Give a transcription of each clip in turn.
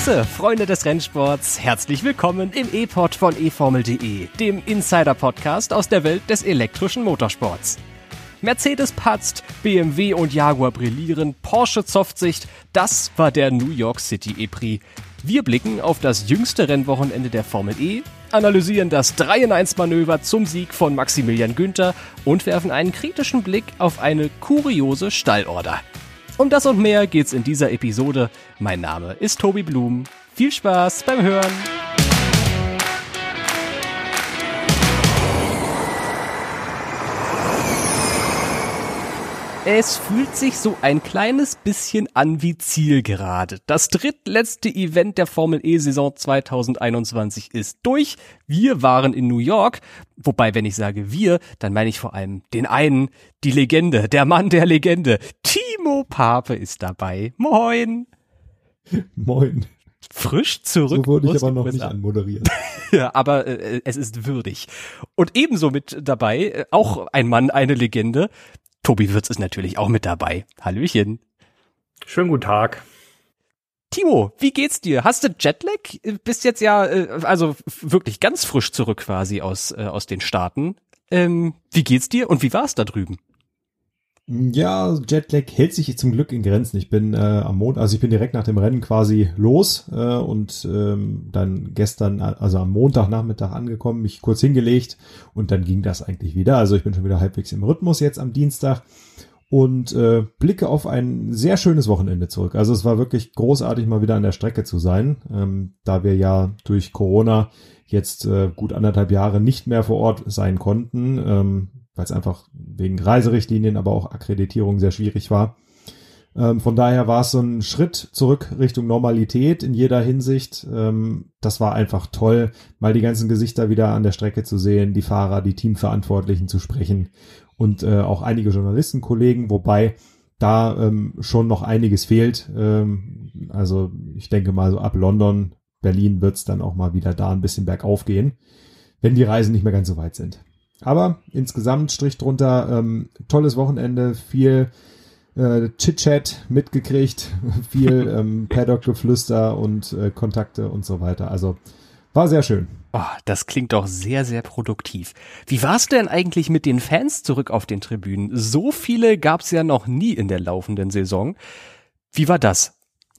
Grüße, Freunde des Rennsports. Herzlich willkommen im E-Pod von eFormel.de, dem Insider-Podcast aus der Welt des elektrischen Motorsports. Mercedes patzt, BMW und Jaguar brillieren, Porsche zofft sich. Das war der New York City E-Prix. Wir blicken auf das jüngste Rennwochenende der Formel E, analysieren das 3-in-1-Manöver zum Sieg von Maximilian Günther und werfen einen kritischen Blick auf eine kuriose Stallorder. Um das und mehr geht's in dieser Episode. Mein Name ist Tobi Blum. Viel Spaß beim Hören! Es fühlt sich so ein kleines bisschen an wie Zielgerade. Das drittletzte Event der Formel E-Saison 2021 ist durch. Wir waren in New York. Wobei, wenn ich sage wir, dann meine ich vor allem den einen, die Legende, der Mann der Legende. Timo Pape ist dabei. Moin. Moin. Frisch zurück. So wurde ich aber noch nicht anmoderiert. Ja, aber es ist würdig. Und ebenso mit dabei, auch ein Mann, eine Legende. Tobi Wirtz ist natürlich auch mit dabei. Hallöchen. Schönen guten Tag. Timo, wie geht's dir? Hast du Jetlag? Bist jetzt ja also wirklich ganz frisch zurück quasi aus den Staaten. Wie geht's dir und wie war's da drüben? Ja, Jetlag hält sich zum Glück in Grenzen. Ich bin ich bin direkt nach dem Rennen quasi los und dann gestern, also am Montagnachmittag angekommen, mich kurz hingelegt und dann ging das eigentlich wieder. Also ich bin schon wieder halbwegs im Rhythmus jetzt am Dienstag und blicke auf ein sehr schönes Wochenende zurück. Also es war wirklich großartig, mal wieder an der Strecke zu sein, da wir ja durch Corona jetzt gut 1,5 Jahre nicht mehr vor Ort sein konnten, weil es einfach wegen Reiserichtlinien, aber auch Akkreditierung sehr schwierig war. Von daher war es so ein Schritt zurück Richtung Normalität in jeder Hinsicht. Das war einfach toll, mal die ganzen Gesichter wieder an der Strecke zu sehen, die Fahrer, die Teamverantwortlichen zu sprechen und auch einige Journalistenkollegen, wobei da schon noch einiges fehlt. Also ich denke mal so ab London, Berlin wird's dann auch mal wieder da ein bisschen bergauf gehen, wenn die Reisen nicht mehr ganz so weit sind. Aber insgesamt Strich drunter, tolles Wochenende, viel Chit-Chat mitgekriegt, viel Paddock-Geflüster und Kontakte und so weiter. Also war sehr schön. Oh, das klingt doch sehr, sehr produktiv. Wie war's denn eigentlich mit den Fans zurück auf den Tribünen? So viele gab's ja noch nie in der laufenden Saison. Wie war das?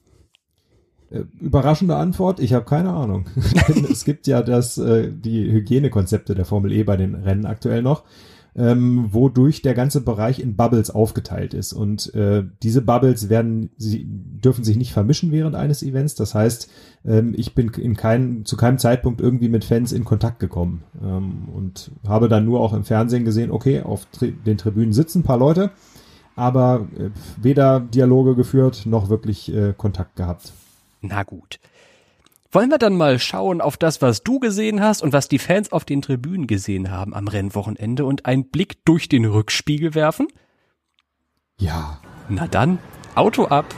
Überraschende Antwort, ich habe keine Ahnung. Es gibt ja die Hygienekonzepte der Formel E bei den Rennen aktuell noch, wodurch der ganze Bereich in Bubbles aufgeteilt ist. Und diese Bubbles dürfen sich nicht vermischen während eines Events. Das heißt, ich bin zu keinem Zeitpunkt irgendwie mit Fans in Kontakt gekommen und habe dann nur auch im Fernsehen gesehen, okay, auf den Tribünen sitzen ein paar Leute, aber weder Dialoge geführt noch wirklich Kontakt gehabt. Na gut. Wollen wir dann mal schauen auf das, was du gesehen hast und was die Fans auf den Tribünen gesehen haben am Rennwochenende und einen Blick durch den Rückspiegel werfen? Ja. Na dann, Auto ab.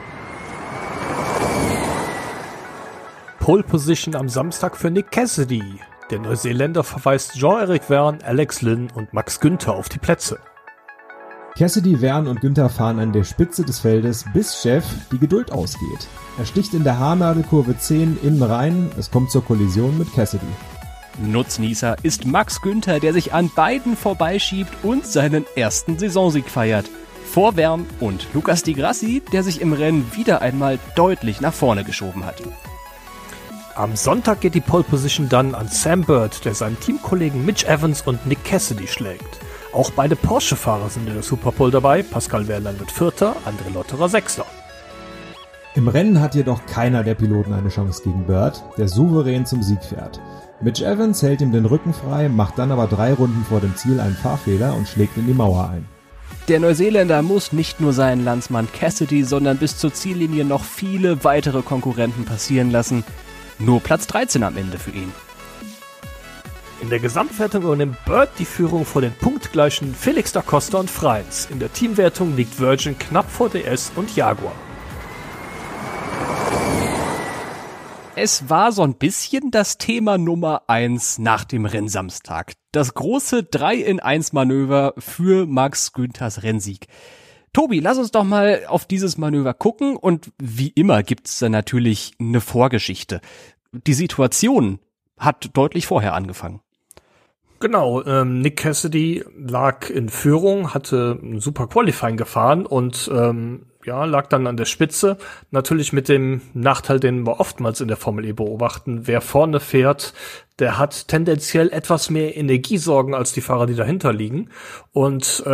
Pole Position am Samstag für Nick Cassidy. Der Neuseeländer verweist Jean-Eric Vergne, Alex Lynn und Max Günther auf die Plätze. Cassidy, Vergne und Günther fahren an der Spitze des Feldes, bis Chef die Geduld ausgeht. Er sticht in der Haarnadelkurve 10 innen rein, es kommt zur Kollision mit Cassidy. Nutznießer ist Max Günther, der sich an beiden vorbeischiebt und seinen ersten Saisonsieg feiert. Vor Vergne und Lucas Di Grassi, der sich im Rennen wieder einmal deutlich nach vorne geschoben hat. Am Sonntag geht die Pole Position dann an Sam Bird, der seinen Teamkollegen Mitch Evans und Nick Cassidy schlägt. Auch beide Porsche-Fahrer sind in der Superpole dabei. Pascal Wehrlein wird Vierter, André Lotterer Sechster. Im Rennen hat jedoch keiner der Piloten eine Chance gegen Bird, der souverän zum Sieg fährt. Mitch Evans hält ihm den Rücken frei, macht dann aber 3 Runden vor dem Ziel einen Fahrfehler und schlägt in die Mauer ein. Der Neuseeländer muss nicht nur seinen Landsmann Cassidy, sondern bis zur Ziellinie noch viele weitere Konkurrenten passieren lassen. Nur Platz 13 am Ende für ihn. In der Gesamtwertung übernimmt Bird die Führung vor den punktgleichen Felix da Costa und Freins. In der Teamwertung liegt Virgin knapp vor DS und Jaguar. Es war so ein bisschen das Thema Nummer 1 nach dem Rennsamstag. Das große 3-in-1-Manöver für Max Günthers Rennsieg. Tobi, lass uns doch mal auf dieses Manöver gucken und wie immer gibt's da natürlich eine Vorgeschichte. Die Situation hat deutlich vorher angefangen. Genau, Nick Cassidy lag in Führung, hatte ein super Qualifying gefahren und lag dann an der Spitze. Natürlich mit dem Nachteil, den wir oftmals in der Formel E beobachten. Wer vorne fährt, der hat tendenziell etwas mehr Energiesorgen als die Fahrer, die dahinter liegen. Und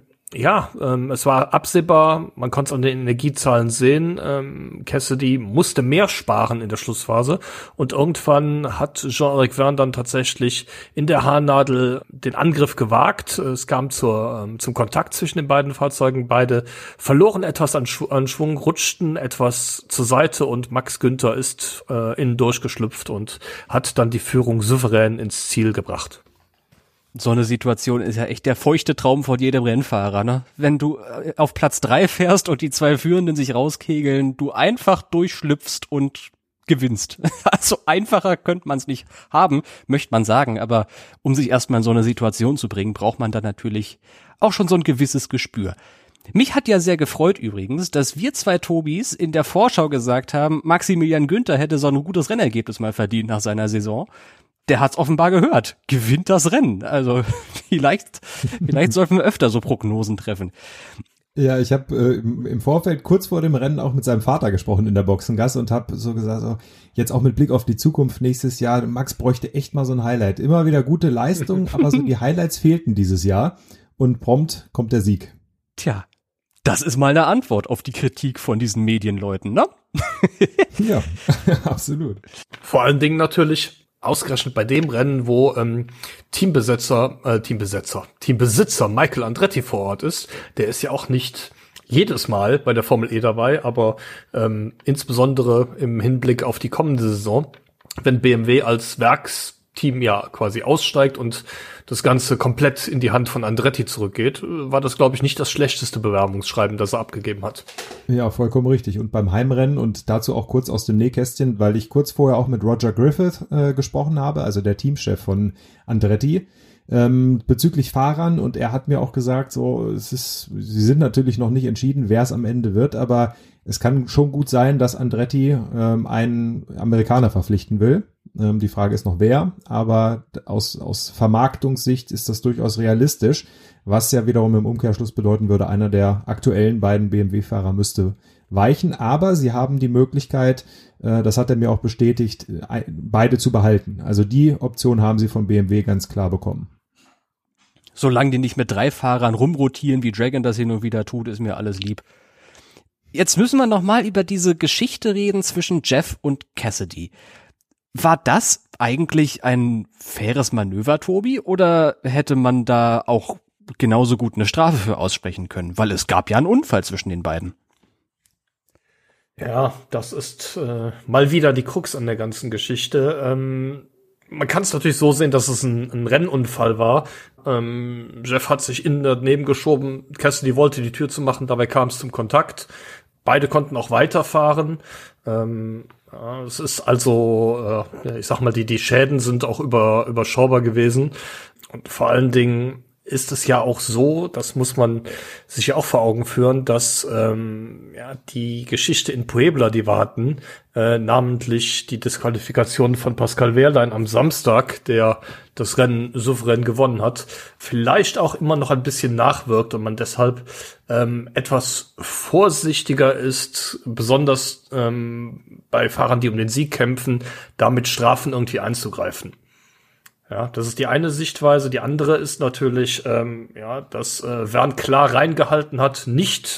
es war absehbar, man konnte es an den Energiezahlen sehen, Cassidy musste mehr sparen in der Schlussphase und irgendwann hat Jean-Éric Vergne dann tatsächlich in der Haarnadel den Angriff gewagt. Es kam zum Kontakt zwischen den beiden Fahrzeugen, beide verloren etwas an Schwung, rutschten etwas zur Seite und Max Günther ist innen durchgeschlüpft und hat dann die Führung souverän ins Ziel gebracht. So eine Situation ist ja echt der feuchte Traum von jedem Rennfahrer, ne? Wenn du auf Platz 3 fährst und die zwei Führenden sich rauskegeln, du einfach durchschlüpfst und gewinnst. Also einfacher könnte man es nicht haben, möchte man sagen, aber um sich erstmal in so eine Situation zu bringen, braucht man da natürlich auch schon so ein gewisses Gespür. Mich hat ja sehr gefreut übrigens, dass wir zwei Tobis in der Vorschau gesagt haben, Maximilian Günther hätte so ein gutes Rennergebnis mal verdient nach seiner Saison. Der hat's offenbar gehört. Gewinnt das Rennen. Also vielleicht sollten wir öfter so Prognosen treffen. Ja, ich habe im Vorfeld kurz vor dem Rennen auch mit seinem Vater gesprochen in der Boxengasse und habe so gesagt, so, jetzt auch mit Blick auf die Zukunft nächstes Jahr, Max bräuchte echt mal so ein Highlight. Immer wieder gute Leistung, aber so die Highlights fehlten dieses Jahr und prompt kommt der Sieg. Tja, das ist mal eine Antwort auf die Kritik von diesen Medienleuten, ne? Ja, absolut. Vor allen Dingen natürlich ausgerechnet bei dem Rennen, wo Teambesitzer Michael Andretti vor Ort ist. Der ist ja auch nicht jedes Mal bei der Formel E dabei, aber insbesondere im Hinblick auf die kommende Saison, wenn BMW als Werksteam ja quasi aussteigt und das Ganze komplett in die Hand von Andretti zurückgeht, war das, glaube ich, nicht das schlechteste Bewerbungsschreiben, das er abgegeben hat. Ja, vollkommen richtig. Und beim Heimrennen und dazu auch kurz aus dem Nähkästchen, weil ich kurz vorher auch mit Roger Griffith gesprochen habe, also der Teamchef von Andretti, bezüglich Fahrern, und er hat mir auch gesagt, so, sie sind natürlich noch nicht entschieden, wer es am Ende wird, aber es kann schon gut sein, dass Andretti einen Amerikaner verpflichten will. Die Frage ist noch wer, aber aus Vermarktungssicht ist das durchaus realistisch, was ja wiederum im Umkehrschluss bedeuten würde, einer der aktuellen beiden BMW-Fahrer müsste weichen, aber sie haben die Möglichkeit, das hat er mir auch bestätigt, beide zu behalten. Also die Option haben sie von BMW ganz klar bekommen. Solange die nicht mit 3 Fahrern rumrotieren, wie Dragon das hin und wieder tut, ist mir alles lieb. Jetzt müssen wir noch mal über diese Geschichte reden zwischen Jeff und Cassidy. War das eigentlich ein faires Manöver, Tobi, oder hätte man da auch genauso gut eine Strafe für aussprechen können? Weil es gab ja einen Unfall zwischen den beiden. Ja, das ist mal wieder die Krux an der ganzen Geschichte. Man kann es natürlich so sehen, dass es ein Rennunfall war. Jeff hat sich innen daneben geschoben, Cassidy wollte die Tür zumachen, dabei kam es zum Kontakt. Beide konnten auch weiterfahren. Es ist also, ich sag mal, die Schäden sind auch überschaubar gewesen. Und vor allen Dingen ist es ja auch so, das muss man sich ja auch vor Augen führen, dass die Geschichte in Puebla, die wir hatten, namentlich die Disqualifikation von Pascal Wehrlein am Samstag, der das Rennen souverän gewonnen hat, vielleicht auch immer noch ein bisschen nachwirkt und man deshalb etwas vorsichtiger ist, besonders bei Fahrern, die um den Sieg kämpfen, da mit Strafen irgendwie einzugreifen. Ja, das ist die eine Sichtweise. Die andere ist natürlich, dass Vergne klar reingehalten hat, nicht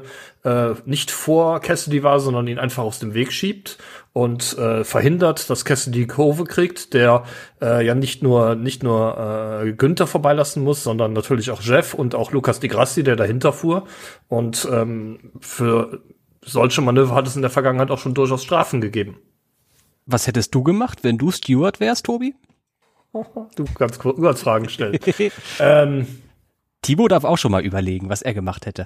vor Cassidy war, sondern ihn einfach aus dem Weg schiebt und verhindert, dass Cassidy die Kurve kriegt, der nicht nur Günther vorbeilassen muss, sondern natürlich auch Jeff und auch Lucas Di Grassi, der dahinter fuhr. Und für solche Manöver hat es in der Vergangenheit auch schon durchaus Strafen gegeben. Was hättest du gemacht, wenn du Steward wärst, Tobi? Du kannst Fragen stellen. Thibaut darf auch schon mal überlegen, was er gemacht hätte.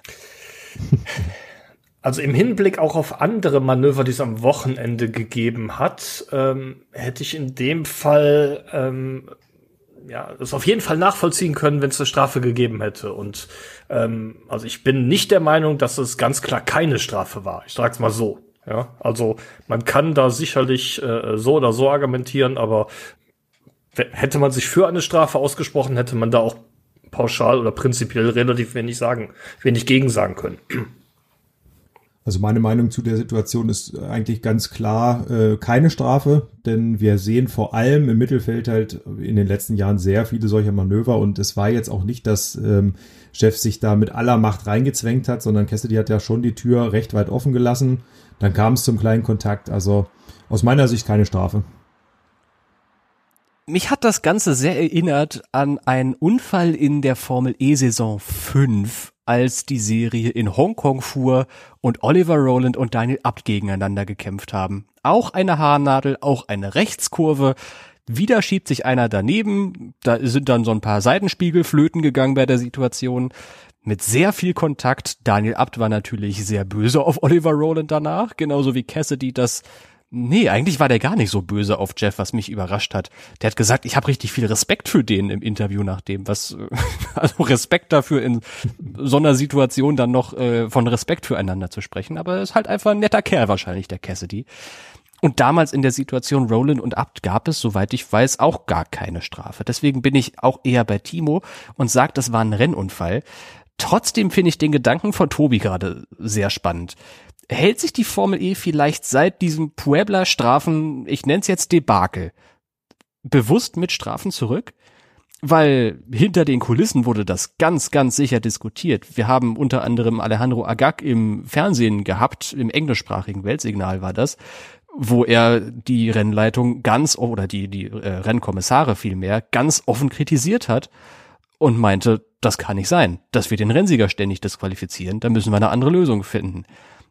Also im Hinblick auch auf andere Manöver, die es am Wochenende gegeben hat, hätte ich in dem Fall es auf jeden Fall nachvollziehen können, wenn es eine Strafe gegeben hätte. Und also ich bin nicht der Meinung, dass es ganz klar keine Strafe war. Ich sag's mal so. Ja, also man kann da sicherlich so oder so argumentieren, aber hätte man sich für eine Strafe ausgesprochen, hätte man da auch pauschal oder prinzipiell relativ wenig gegen sagen können. Also meine Meinung zu der Situation ist eigentlich ganz klar keine Strafe, denn wir sehen vor allem im Mittelfeld halt in den letzten Jahren sehr viele solcher Manöver und es war jetzt auch nicht, dass Chef sich da mit aller Macht reingezwängt hat, sondern Cassidy hat ja schon die Tür recht weit offen gelassen. Dann kam es zum kleinen Kontakt, also aus meiner Sicht keine Strafe. Mich hat das Ganze sehr erinnert an einen Unfall in der Formel E Saison 5, als die Serie in Hongkong fuhr und Oliver Rowland und Daniel Abt gegeneinander gekämpft haben. Auch eine Haarnadel, auch eine Rechtskurve. Wieder schiebt sich einer daneben. Da sind dann so ein paar Seitenspiegel flöten gegangen bei der Situation. Mit sehr viel Kontakt. Daniel Abt war natürlich sehr böse auf Oliver Rowland danach, genauso wie Cassidy das. Nee, eigentlich war der gar nicht so böse auf Jeff, was mich überrascht hat. Der hat gesagt, ich habe richtig viel Respekt für den im Interview nach dem, also Respekt dafür in so einer Situation dann noch von Respekt füreinander zu sprechen, aber er ist halt einfach ein netter Kerl wahrscheinlich, der Cassidy. Und damals in der Situation Rowland und Abt gab es, soweit ich weiß, auch gar keine Strafe. Deswegen bin ich auch eher bei Timo und sage, das war ein Rennunfall. Trotzdem finde ich den Gedanken von Tobi gerade sehr spannend. Hält sich die Formel E vielleicht seit diesem Puebla-Strafen, ich nenne es jetzt Debakel, bewusst mit Strafen zurück? Weil hinter den Kulissen wurde das ganz, ganz sicher diskutiert. Wir haben unter anderem Alejandro Agag im Fernsehen gehabt, im englischsprachigen Weltsignal war das, wo er die Rennleitung die Rennkommissare vielmehr ganz offen kritisiert hat und meinte, das kann nicht sein, dass wir den Rennsieger ständig disqualifizieren, da müssen wir eine andere Lösung finden.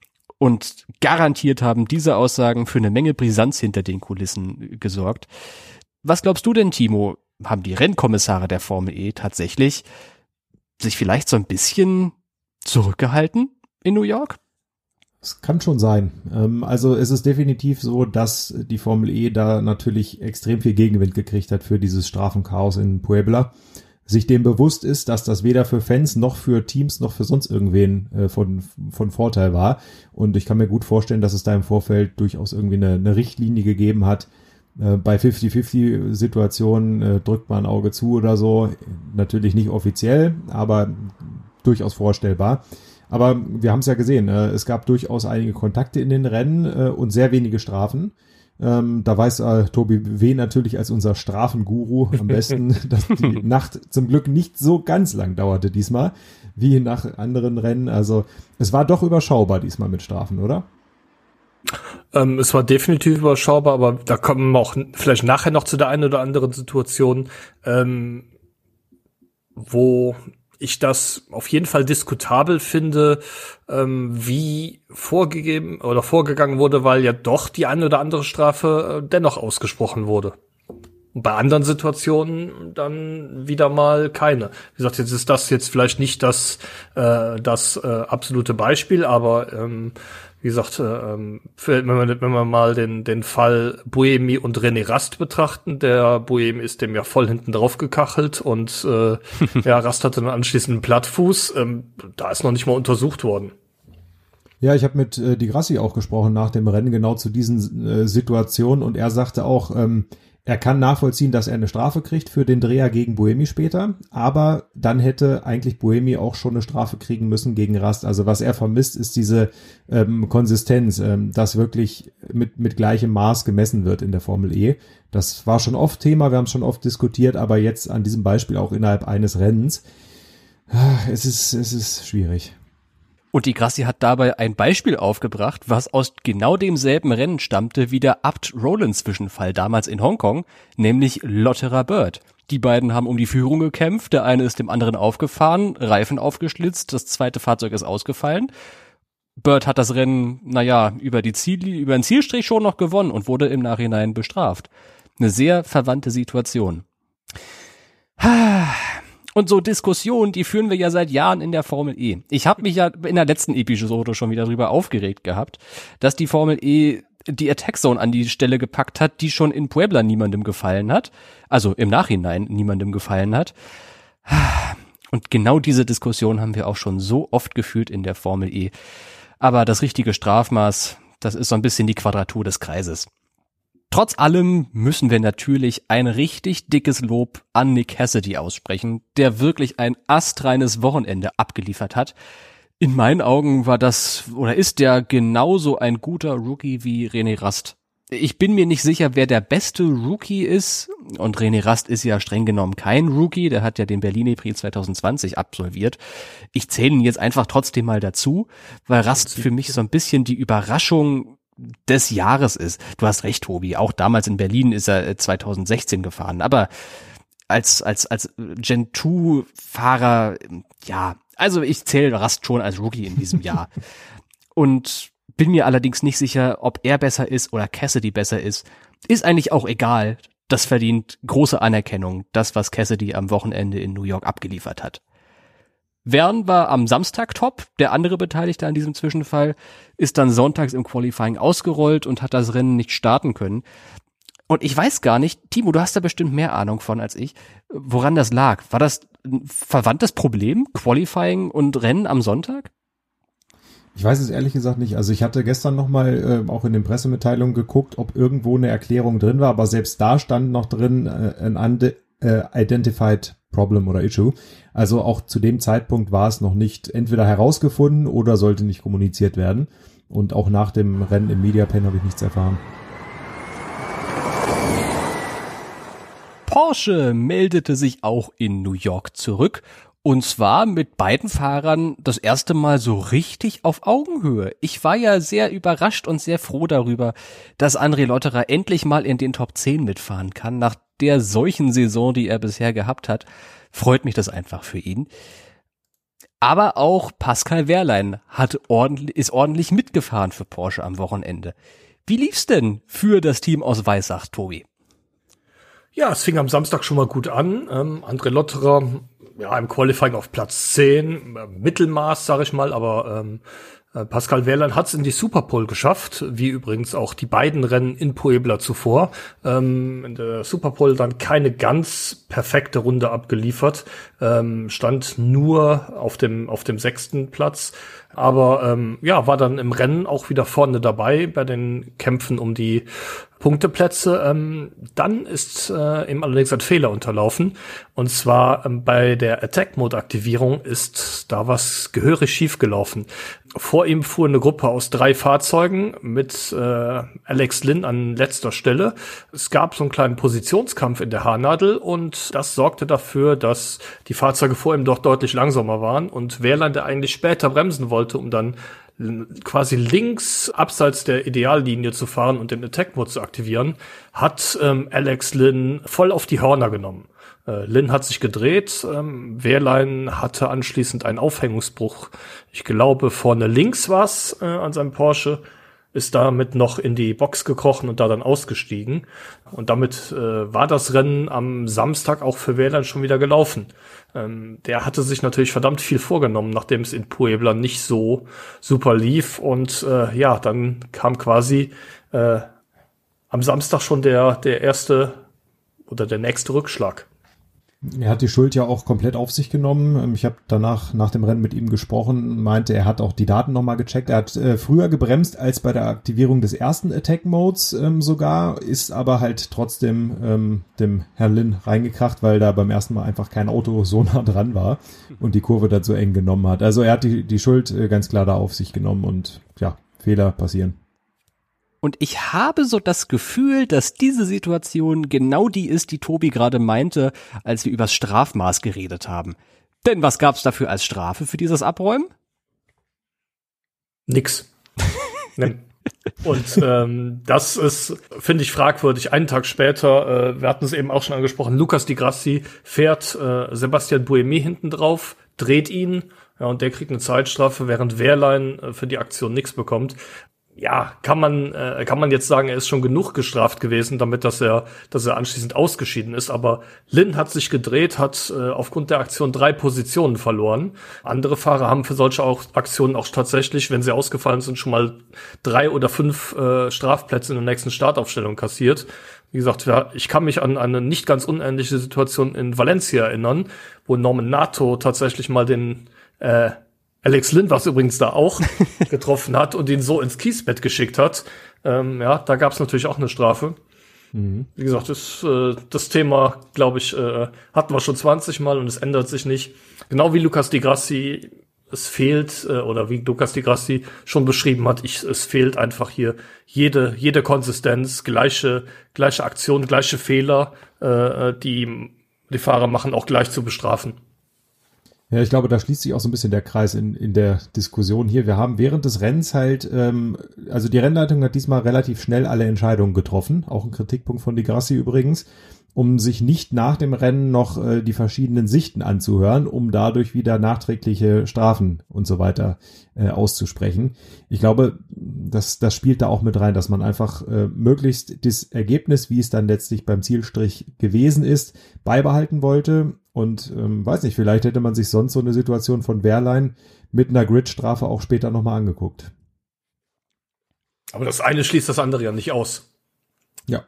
Und garantiert haben diese Aussagen für eine Menge Brisanz hinter den Kulissen gesorgt. Was glaubst du denn, Timo? Haben die Rennkommissare der Formel E tatsächlich sich vielleicht so ein bisschen zurückgehalten in New York? Es kann schon sein. Also es ist definitiv so, dass die Formel E da natürlich extrem viel Gegenwind gekriegt hat für dieses Strafenchaos in Puebla. Sich dem bewusst ist, dass das weder für Fans noch für Teams noch für sonst irgendwen von Vorteil war. Und ich kann mir gut vorstellen, dass es da im Vorfeld durchaus irgendwie eine Richtlinie gegeben hat. Bei 50-50-Situationen drückt man ein Auge zu oder so. Natürlich nicht offiziell, aber durchaus vorstellbar. Aber wir haben es ja gesehen, es gab durchaus einige Kontakte in den Rennen und sehr wenige Strafen. Da weiß Tobi W. natürlich als unser Strafenguru am besten, dass die Nacht zum Glück nicht so ganz lang dauerte diesmal, wie nach anderen Rennen. Also es war doch überschaubar diesmal mit Strafen, oder? Es war definitiv überschaubar, aber da kommen wir auch vielleicht nachher noch zu der einen oder anderen Situation, wo ich das auf jeden Fall diskutabel finde, wie vorgegangen wurde, weil ja doch die eine oder andere Strafe dennoch ausgesprochen wurde. Und bei anderen Situationen dann wieder mal keine. Wie gesagt, jetzt ist das jetzt vielleicht nicht das absolute Beispiel, aber wie gesagt, wenn wir mal den Fall Buemi und René Rast betrachten, der Buemi ist dem ja voll hinten drauf gekachelt und Rast hatte dann anschließend einen Plattfuß. Da ist noch nicht mal untersucht worden. Ja, ich habe mit Di Grassi auch gesprochen nach dem Rennen genau zu diesen Situationen und er sagte auch, er kann nachvollziehen, dass er eine Strafe kriegt für den Dreher gegen Buemi später, aber dann hätte eigentlich Buemi auch schon eine Strafe kriegen müssen gegen Rast. Also was er vermisst, ist diese Konsistenz, dass wirklich mit gleichem Maß gemessen wird in der Formel E. Das war schon oft Thema, wir haben es schon oft diskutiert, aber jetzt an diesem Beispiel auch innerhalb eines Rennens. Es ist schwierig. Und Di Grassi hat dabei ein Beispiel aufgebracht, was aus genau demselben Rennen stammte wie der Abt-Rowland-Zwischenfall damals in Hongkong, nämlich Lotterer Bird. Die beiden haben um die Führung gekämpft, der eine ist dem anderen aufgefahren, Reifen aufgeschlitzt, das zweite Fahrzeug ist ausgefallen. Bird hat das Rennen, über den Zielstrich schon noch gewonnen und wurde im Nachhinein bestraft. Eine sehr verwandte Situation. Und so Diskussionen, die führen wir ja seit Jahren in der Formel E. Ich habe mich ja in der letzten Episode schon wieder darüber aufgeregt gehabt, dass die Formel E die Attack Zone an die Stelle gepackt hat, die schon in Puebla niemandem gefallen hat. Also im Nachhinein niemandem gefallen hat. Und genau diese Diskussion haben wir auch schon so oft geführt in der Formel E. Aber das richtige Strafmaß, das ist so ein bisschen die Quadratur des Kreises. Trotz allem müssen wir natürlich ein richtig dickes Lob an Nick Cassidy aussprechen, der wirklich ein astreines Wochenende abgeliefert hat. In meinen Augen war das oder ist der genauso ein guter Rookie wie René Rast. Ich bin mir nicht sicher, wer der beste Rookie ist. Und René Rast ist ja streng genommen kein Rookie. Der hat ja den Berlin-Prix 2020 absolviert. Ich zähle ihn jetzt einfach trotzdem mal dazu, weil Rast für mich so ein bisschen die Überraschung des Jahres ist. Du hast recht, Tobi. Auch damals in Berlin ist er 2016 gefahren. Aber als Gen 2-Fahrer, ja, also ich zähle Rast schon als Rookie in diesem Jahr. Und bin mir allerdings nicht sicher, ob er besser ist oder Cassidy besser ist. Ist eigentlich auch egal. Das verdient große Anerkennung, das, was Cassidy am Wochenende in New York abgeliefert hat. Verne war am Samstag top. Der andere Beteiligte an diesem Zwischenfall ist dann sonntags im Qualifying ausgerollt und hat das Rennen nicht starten können. Und ich weiß gar nicht, Timo, du hast da bestimmt mehr Ahnung von als ich, woran das lag. War das ein verwandtes Problem, Qualifying und Rennen am Sonntag? Ich weiß es ehrlich gesagt nicht. Also ich hatte gestern nochmal auch in den Pressemitteilungen geguckt, ob irgendwo eine Erklärung drin war, aber selbst da stand noch drin ein Unidentified Problem oder Issue. Also auch zu dem Zeitpunkt war es noch nicht entweder herausgefunden oder sollte nicht kommuniziert werden. Und auch nach dem Rennen im Mediapan habe ich nichts erfahren. Porsche meldete sich auch in New York zurück. Und zwar mit beiden Fahrern das erste Mal so richtig auf Augenhöhe. Ich war ja sehr überrascht und sehr froh darüber, dass André Lotterer endlich mal in den Top 10 mitfahren kann. Nach der solchen Saison, die er bisher gehabt hat, freut mich das einfach für ihn. Aber auch Pascal Wehrlein ist ordentlich mitgefahren für Porsche am Wochenende. Wie lief's denn für das Team aus Weissach, Tobi? Ja, es fing am Samstag schon mal gut an. André Lotterer, ja, im Qualifying auf Platz 10, Mittelmaß, sag ich mal, aber Pascal Wehrlein hat es in die Superpole geschafft, wie übrigens auch die beiden Rennen in Puebla zuvor. In der Superpole dann keine ganz perfekte Runde abgeliefert, stand nur auf dem 6. Platz, aber ja, war dann im Rennen auch wieder vorne dabei bei den Kämpfen um die Punkteplätze. Dann ist ihm allerdings ein Fehler unterlaufen. Und zwar bei der Attack-Mode-Aktivierung ist da was gehörig schief gelaufen. Vor ihm fuhr eine Gruppe aus 3 Fahrzeugen mit Alex Lynn an letzter Stelle. Es gab so einen kleinen Positionskampf in der Haarnadel und das sorgte dafür, dass die Fahrzeuge vor ihm doch deutlich langsamer waren und Wehrlein, der eigentlich später bremsen wollte, um dann quasi links abseits der Ideallinie zu fahren und den Attack-Mode zu aktivieren, hat Alex Lynn voll auf die Hörner genommen. Lynn hat sich gedreht, Wehrlein hatte anschließend einen Aufhängungsbruch. Ich glaube, vorne links war's an seinem Porsche, ist damit noch in die Box gekrochen und da dann ausgestiegen. Und damit war das Rennen am Samstag auch für Wehrlein schon wieder gelaufen. Der hatte sich natürlich verdammt viel vorgenommen, nachdem es in Puebla nicht so super lief. Und ja, dann kam quasi am Samstag schon der erste oder der nächste Rückschlag. Er hat die Schuld ja auch komplett auf sich genommen. Ich habe danach, nach dem Rennen mit ihm gesprochen, meinte, er hat auch die Daten nochmal gecheckt. Er hat früher gebremst als bei der Aktivierung des ersten Attack-Modes sogar, ist aber halt trotzdem dem Herrn Lynn reingekracht, weil da beim ersten Mal einfach kein Auto so nah dran war und die Kurve da so eng genommen hat. Also er hat die Schuld ganz klar da auf sich genommen und ja, Fehler passieren. Und ich habe so das Gefühl, dass diese Situation genau die ist, die Tobi gerade meinte, als wir übers Strafmaß geredet haben. Denn was gab's dafür als Strafe für dieses Abräumen? Nix. Und das ist, finde ich, fragwürdig. Einen Tag später, wir hatten es eben auch schon angesprochen, Lucas Di Grassi fährt Sebastian Buemi hinten drauf, dreht ihn, ja, und der kriegt eine Zeitstrafe, während Wehrlein für die Aktion nichts bekommt. ja, kann man jetzt sagen, er ist schon genug gestraft gewesen, damit, dass er anschließend ausgeschieden ist. Aber Lynn hat sich gedreht, hat aufgrund der Aktion 3 Positionen verloren. Andere Fahrer haben für solche Aktionen auch tatsächlich, wenn sie ausgefallen sind, schon mal 3 oder 5 Strafplätze in der nächsten Startaufstellung kassiert. Wie gesagt, ich kann mich an eine nicht ganz unähnliche Situation in Valencia erinnern, wo Norman Nato tatsächlich mal den Alex Lynn, was übrigens da auch getroffen hat und ihn so ins Kiesbett geschickt hat. Da gab es natürlich auch eine Strafe. Mhm. Wie gesagt, das Thema, glaube ich, hatten wir schon 20 Mal und es ändert sich nicht. Genau wie Lucas Di Grassi es fehlt, oder wie Lucas Di Grassi schon beschrieben hat, es fehlt einfach hier jede Konsistenz, gleiche Aktion, gleiche Fehler, die Fahrer machen, auch gleich zu bestrafen. Ja, ich glaube, da schließt sich auch so ein bisschen der Kreis in der Diskussion hier. Wir haben während des Rennens halt, also die Rennleitung hat diesmal relativ schnell alle Entscheidungen getroffen, auch ein Kritikpunkt von Di Grassi übrigens, um sich nicht nach dem Rennen noch die verschiedenen Sichten anzuhören, um dadurch wieder nachträgliche Strafen und so weiter auszusprechen. Ich glaube, das spielt da auch mit rein, dass man einfach möglichst das Ergebnis, wie es dann letztlich beim Zielstrich gewesen ist, beibehalten wollte. Und weiß nicht, vielleicht hätte man sich sonst so eine Situation von Wehrlein mit einer Gridstrafe auch später nochmal angeguckt. Aber das eine schließt das andere ja nicht aus. Ja.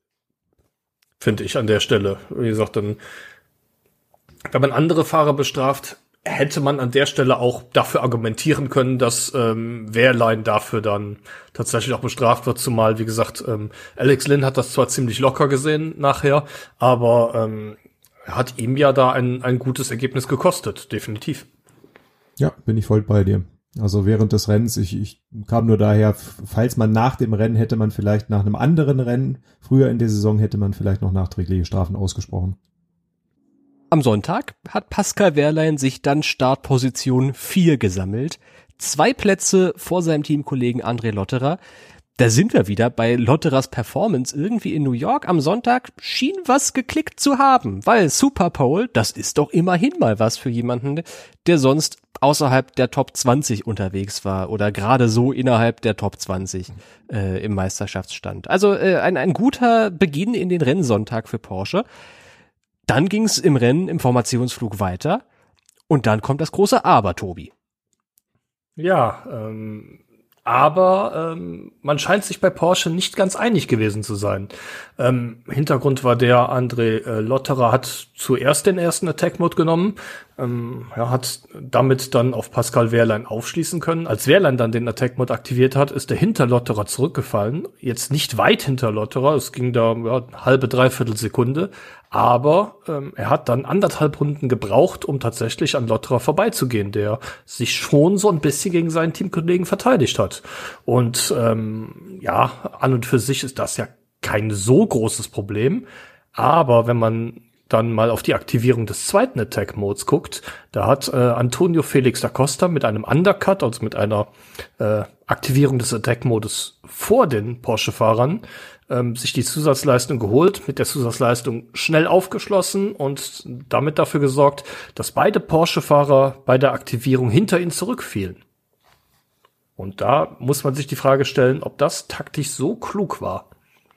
Finde ich an der Stelle. Wie gesagt, dann, wenn man andere Fahrer bestraft, hätte man an der Stelle auch dafür argumentieren können, dass Wehrlein dafür dann tatsächlich auch bestraft wird, zumal, wie gesagt, Alex Lynn hat das zwar ziemlich locker gesehen nachher, aber hat ihm ja da ein gutes Ergebnis gekostet, definitiv. Ja, bin ich voll bei dir. Also während des Rennens, ich kam nur daher, falls man nach dem Rennen hätte man vielleicht nach einem anderen Rennen, früher in der Saison hätte man vielleicht noch nachträgliche Strafen ausgesprochen. Am Sonntag hat Pascal Wehrlein sich dann Startposition 4 gesammelt. 2 Plätze vor seinem Teamkollegen André Lotterer. Da sind wir wieder bei Lotterers Performance. Irgendwie in New York am Sonntag schien was geklickt zu haben, weil Super Pole, das ist doch immerhin mal was für jemanden, der sonst außerhalb der Top 20 unterwegs war oder gerade so innerhalb der Top 20 im Meisterschaftsstand. Also ein guter Beginn in den Rennsonntag für Porsche. Dann ging es im Rennen im Formationsflug weiter und dann kommt das große Aber, Tobi. Ja, aber man scheint sich bei Porsche nicht ganz einig gewesen zu sein. Hintergrund war der, André Lotterer hat zuerst den ersten Attack-Mode genommen, hat damit dann auf Pascal Wehrlein aufschließen können. Als Wehrlein dann den Attack-Mode aktiviert hat, ist er hinter Lotterer zurückgefallen. Jetzt nicht weit hinter Lotterer, es ging da halbe, dreiviertel Sekunde. Aber er hat dann 1,5 Runden gebraucht, um tatsächlich an Lotterer vorbeizugehen, der sich schon so ein bisschen gegen seinen Teamkollegen verteidigt hat. Und an und für sich ist das ja kein so großes Problem. Aber wenn man dann mal auf die Aktivierung des zweiten Attack-Modes guckt, da hat Antonio Felix da Costa mit einem Undercut, also mit einer Aktivierung des Attack-Modes vor den Porsche-Fahrern, sich die Zusatzleistung geholt, mit der Zusatzleistung schnell aufgeschlossen und damit dafür gesorgt, dass beide Porsche-Fahrer bei der Aktivierung hinter ihnen zurückfielen. Und da muss man sich die Frage stellen, ob das taktisch so klug war.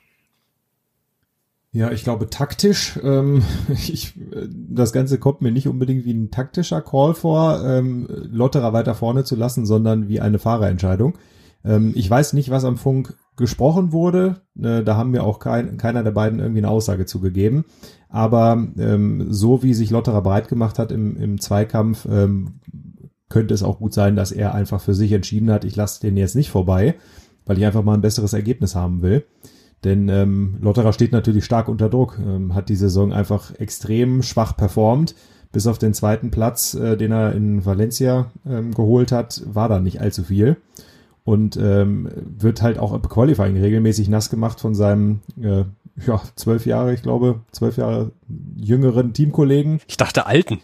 Ja, ich glaube taktisch, das Ganze kommt mir nicht unbedingt wie ein taktischer Call vor, Lotterer weiter vorne zu lassen, sondern wie eine Fahrerentscheidung. Ich weiß nicht, was am Funk gesprochen wurde, da haben mir auch keiner der beiden irgendwie eine Aussage zugegeben, aber so wie sich Lotterer breit gemacht hat im Zweikampf, könnte es auch gut sein, dass er einfach für sich entschieden hat, ich lasse den jetzt nicht vorbei, weil ich einfach mal ein besseres Ergebnis haben will. Denn Lotterer steht natürlich stark unter Druck, hat die Saison einfach extrem schwach performt. Bis auf den zweiten Platz, den er in Valencia geholt hat, war da nicht allzu viel. Und wird halt auch im Qualifying regelmäßig nass gemacht von seinem 12 Jahre jüngeren Teamkollegen. Ich dachte alten.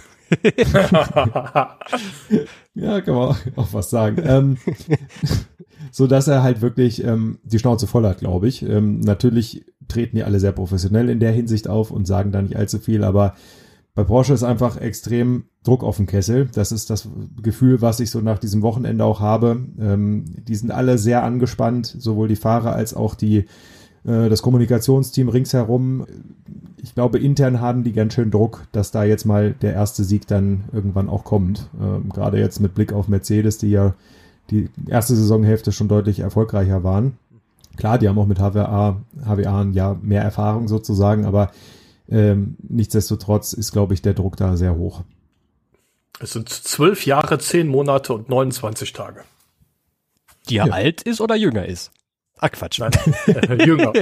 Ja, kann man auch was sagen. So dass er halt wirklich die Schnauze voll hat, glaube ich. Natürlich treten die alle sehr professionell in der Hinsicht auf und sagen da nicht allzu viel, aber Bei Porsche ist einfach extrem Druck auf dem Kessel. Das ist das Gefühl, was ich so nach diesem Wochenende auch habe. Die sind alle sehr angespannt, sowohl die Fahrer als auch das Kommunikationsteam ringsherum. Ich glaube, intern haben die ganz schön Druck, dass da jetzt mal der erste Sieg dann irgendwann auch kommt. Gerade jetzt mit Blick auf Mercedes, die ja die erste Saisonhälfte schon deutlich erfolgreicher waren. Klar, die haben auch mit HWA ein Jahr mehr Erfahrung sozusagen, aber nichtsdestotrotz ist, glaube ich, der Druck da sehr hoch. Es sind 12 Jahre, 10 Monate und 29 Tage. Die ja alt ist oder jünger ist. Ah, Quatsch. Nein, jünger.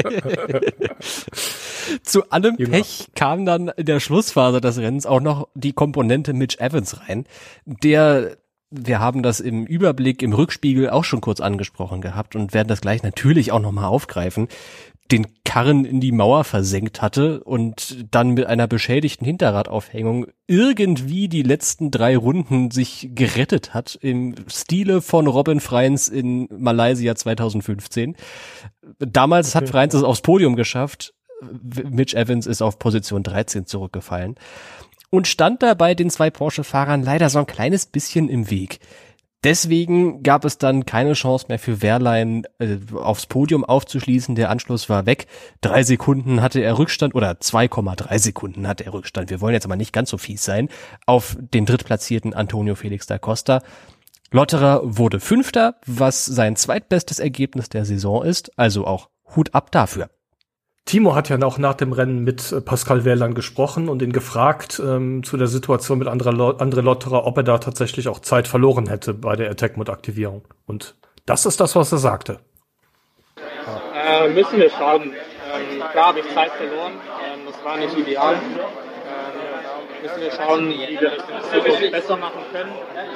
Zu allem Pech kam dann in der Schlussphase des Rennens auch noch die Komponente Mitch Evans rein, wir haben das im Überblick, im Rückspiegel auch schon kurz angesprochen gehabt und werden das gleich natürlich auch nochmal aufgreifen, den Karren in die Mauer versenkt hatte und dann mit einer beschädigten Hinterradaufhängung irgendwie die letzten 3 Runden sich gerettet hat, im Stile von Robin Freins in Malaysia 2015. Damals hat Freins es aufs Podium geschafft, Mitch Evans ist auf Position 13 zurückgefallen und stand dabei den 2 Porsche-Fahrern leider so ein kleines bisschen im Weg. Deswegen gab es dann keine Chance mehr für Wehrlein aufs Podium aufzuschließen. Der Anschluss war weg. 3 Sekunden hatte er Rückstand oder 2,3 Sekunden hatte er Rückstand. Wir wollen jetzt aber nicht ganz so fies sein auf den drittplatzierten Antonio Felix da Costa. Lotterer wurde 5., was sein zweitbestes Ergebnis der Saison ist. Also auch Hut ab dafür. Timo hat ja auch nach dem Rennen mit Pascal Wehrlein gesprochen und ihn gefragt zu der Situation mit André Lotterer, ob er da tatsächlich auch Zeit verloren hätte bei der Attack-Mode-Aktivierung. Und das ist das, was er sagte. Müssen wir schauen. Klar habe ich Zeit verloren. Das war nicht ideal. Müssen wir schauen, wie wir das in Zukunft besser machen können.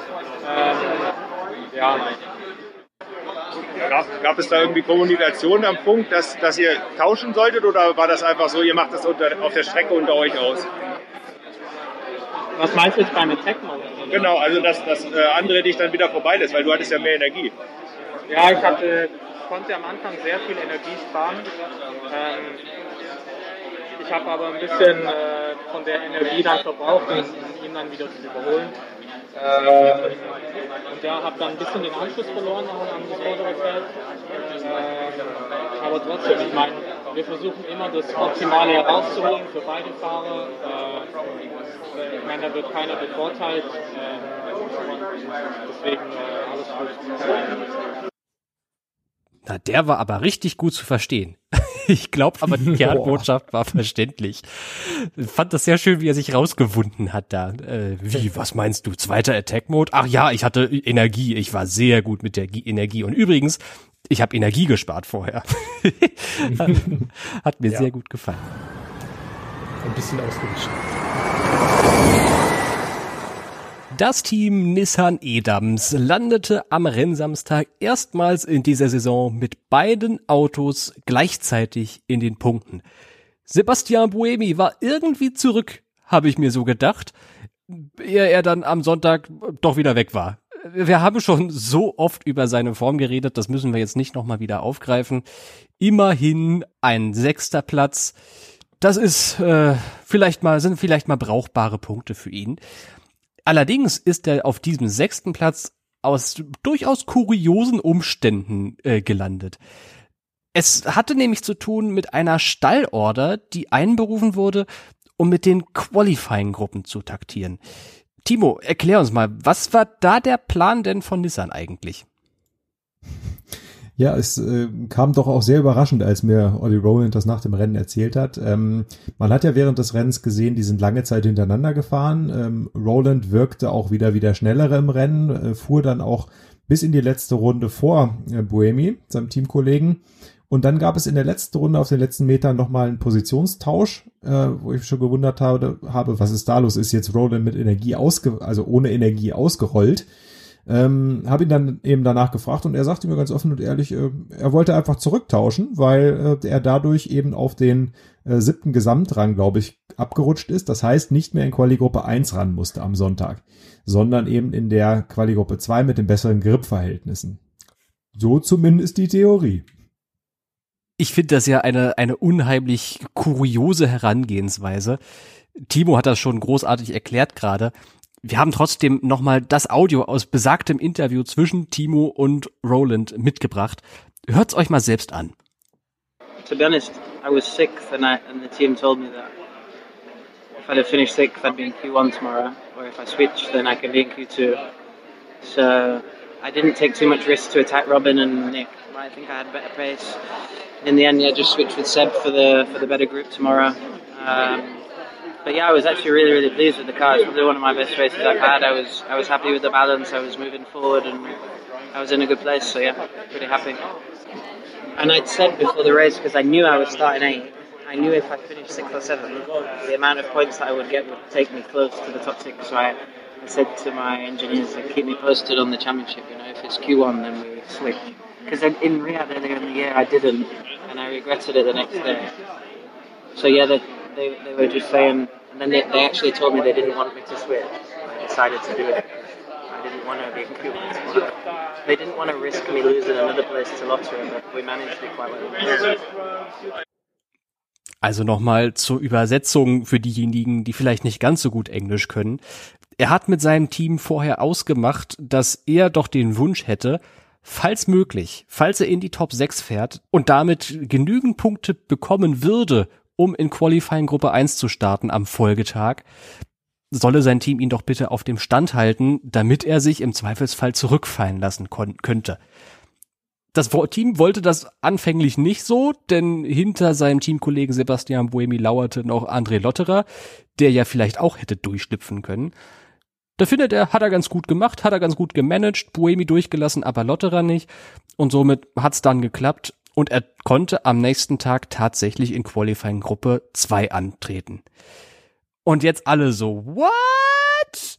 Gab es da irgendwie Kommunikation am Punkt, dass ihr tauschen solltet, oder war das einfach so, ihr macht das auf der Strecke unter euch aus? Was meinst du jetzt beim Attack-Mode? Genau, also dass André dich dann wieder vorbeilässt, weil du hattest ja mehr Energie. Ja, ich konnte am Anfang sehr viel Energie sparen. Ich habe aber ein bisschen von der Energie dann verbraucht, um ihn dann wieder zu überholen. Und ja, habe dann ein bisschen den Anschluss verloren an das vordere Feld. Aber trotzdem, ich meine, wir versuchen immer das Optimale herauszuholen für beide Fahrer. Ich meine, da wird keiner bevorteilt. Deswegen alles gut. Na, der war aber richtig gut zu verstehen. Ich glaube aber, die Kernbotschaft war verständlich. Ich fand das sehr schön, wie er sich rausgewunden hat da. Was meinst du? 2. Attack-Mode? Ach ja, ich hatte Energie. Ich war sehr gut mit der Energie. Und übrigens, ich habe Energie gespart vorher. Hat mir sehr gut gefallen. Ein bisschen ausgewischt. Das Team Nissan Edams landete am Rennsamstag erstmals in dieser Saison mit beiden Autos gleichzeitig in den Punkten. Sebastian Buemi war irgendwie zurück, habe ich mir so gedacht, ehe er dann am Sonntag doch wieder weg war. Wir haben schon so oft über seine Form geredet, das müssen wir jetzt nicht nochmal wieder aufgreifen. Immerhin ein 6. Platz. Das ist sind vielleicht mal brauchbare Punkte für ihn. Allerdings ist er auf diesem 6. Platz aus durchaus kuriosen Umständen gelandet. Es hatte nämlich zu tun mit einer Stallorder, die einberufen wurde, um mit den Qualifying-Gruppen zu taktieren. Timo, erklär uns mal, was war da der Plan denn von Nissan eigentlich? Ja, es kam doch auch sehr überraschend, als mir Olli Rowland das nach dem Rennen erzählt hat. Man hat ja während des Rennens gesehen, die sind lange Zeit hintereinander gefahren. Rowland wirkte auch wieder wie der Schnellere im Rennen, fuhr dann auch bis in die letzte Runde vor Buemi, seinem Teamkollegen. Und dann gab es in der letzten Runde auf den letzten Metern nochmal einen Positionstausch, wo ich schon gewundert habe, was ist da los? Ist jetzt Rowland mit Energie ohne Energie ausgerollt? Habe ihn dann eben danach gefragt und er sagte mir ganz offen und ehrlich, er wollte einfach zurücktauschen, weil er dadurch eben auf den 7. Gesamtrang, glaube ich, abgerutscht ist. Das heißt, nicht mehr in Quali-Gruppe 1 ran musste am Sonntag, sondern eben in der Quali-Gruppe 2 mit den besseren Grip-Verhältnissen. So zumindest die Theorie. Ich finde das ja eine unheimlich kuriose Herangehensweise. Timo hat das schon großartig erklärt gerade. Wir haben trotzdem nochmal das Audio aus besagtem Interview zwischen Timo und Roland mitgebracht. Hört's euch mal selbst an. To be honest, I was sixth and the team told me that if I'd have finished sixth, I'd be in Q1 tomorrow, or if I switched, then I could be in Q2. So I didn't take too much risk to attack Robin and Nick. I think I had better pace. In the end, yeah, just switched with Seb for the better group tomorrow. But yeah, I was actually really, really pleased with the car. It's probably one of my best races I've had. I was happy with the balance. I was moving forward and I was in a good place. So yeah, pretty happy. And I'd said before the race, because I knew I was starting 8th, I knew if I finished 6th or 7th, the amount of points that I would get would take me close to the top 6. So I said to my engineers, keep me posted on the championship. You know, if it's Q1, then we switch. Because in Riyadh earlier in the year, I didn't, and I regretted it the next day. So yeah, they were just saying, and then they actually told me they didn't want me to switch. I decided to do it. I didn't want to be in Q1. They didn't want to risk me losing another place to Lottery, but we managed it quite well. Also nochmal zur Übersetzung für diejenigen, die vielleicht nicht ganz so gut Englisch können. Er hat mit seinem Team vorher ausgemacht, dass er doch den Wunsch hätte, falls möglich, falls er in die Top 6 fährt und damit genügend Punkte bekommen würde, um in Qualifying Gruppe 1 zu starten am Folgetag, solle sein Team ihn doch bitte auf dem Stand halten, damit er sich im Zweifelsfall zurückfallen lassen könnte. Das Team wollte das anfänglich nicht so, denn hinter seinem Teamkollegen Sebastian Buemi lauerte noch André Lotterer, der ja vielleicht auch hätte durchschlüpfen können. Da findet er, hat er ganz gut gemacht, hat er ganz gut gemanagt, Buemi durchgelassen, aber Lotterer nicht. Und somit hat's dann geklappt und er konnte am nächsten Tag tatsächlich in Qualifying Gruppe 2 antreten. Und jetzt alle so, what?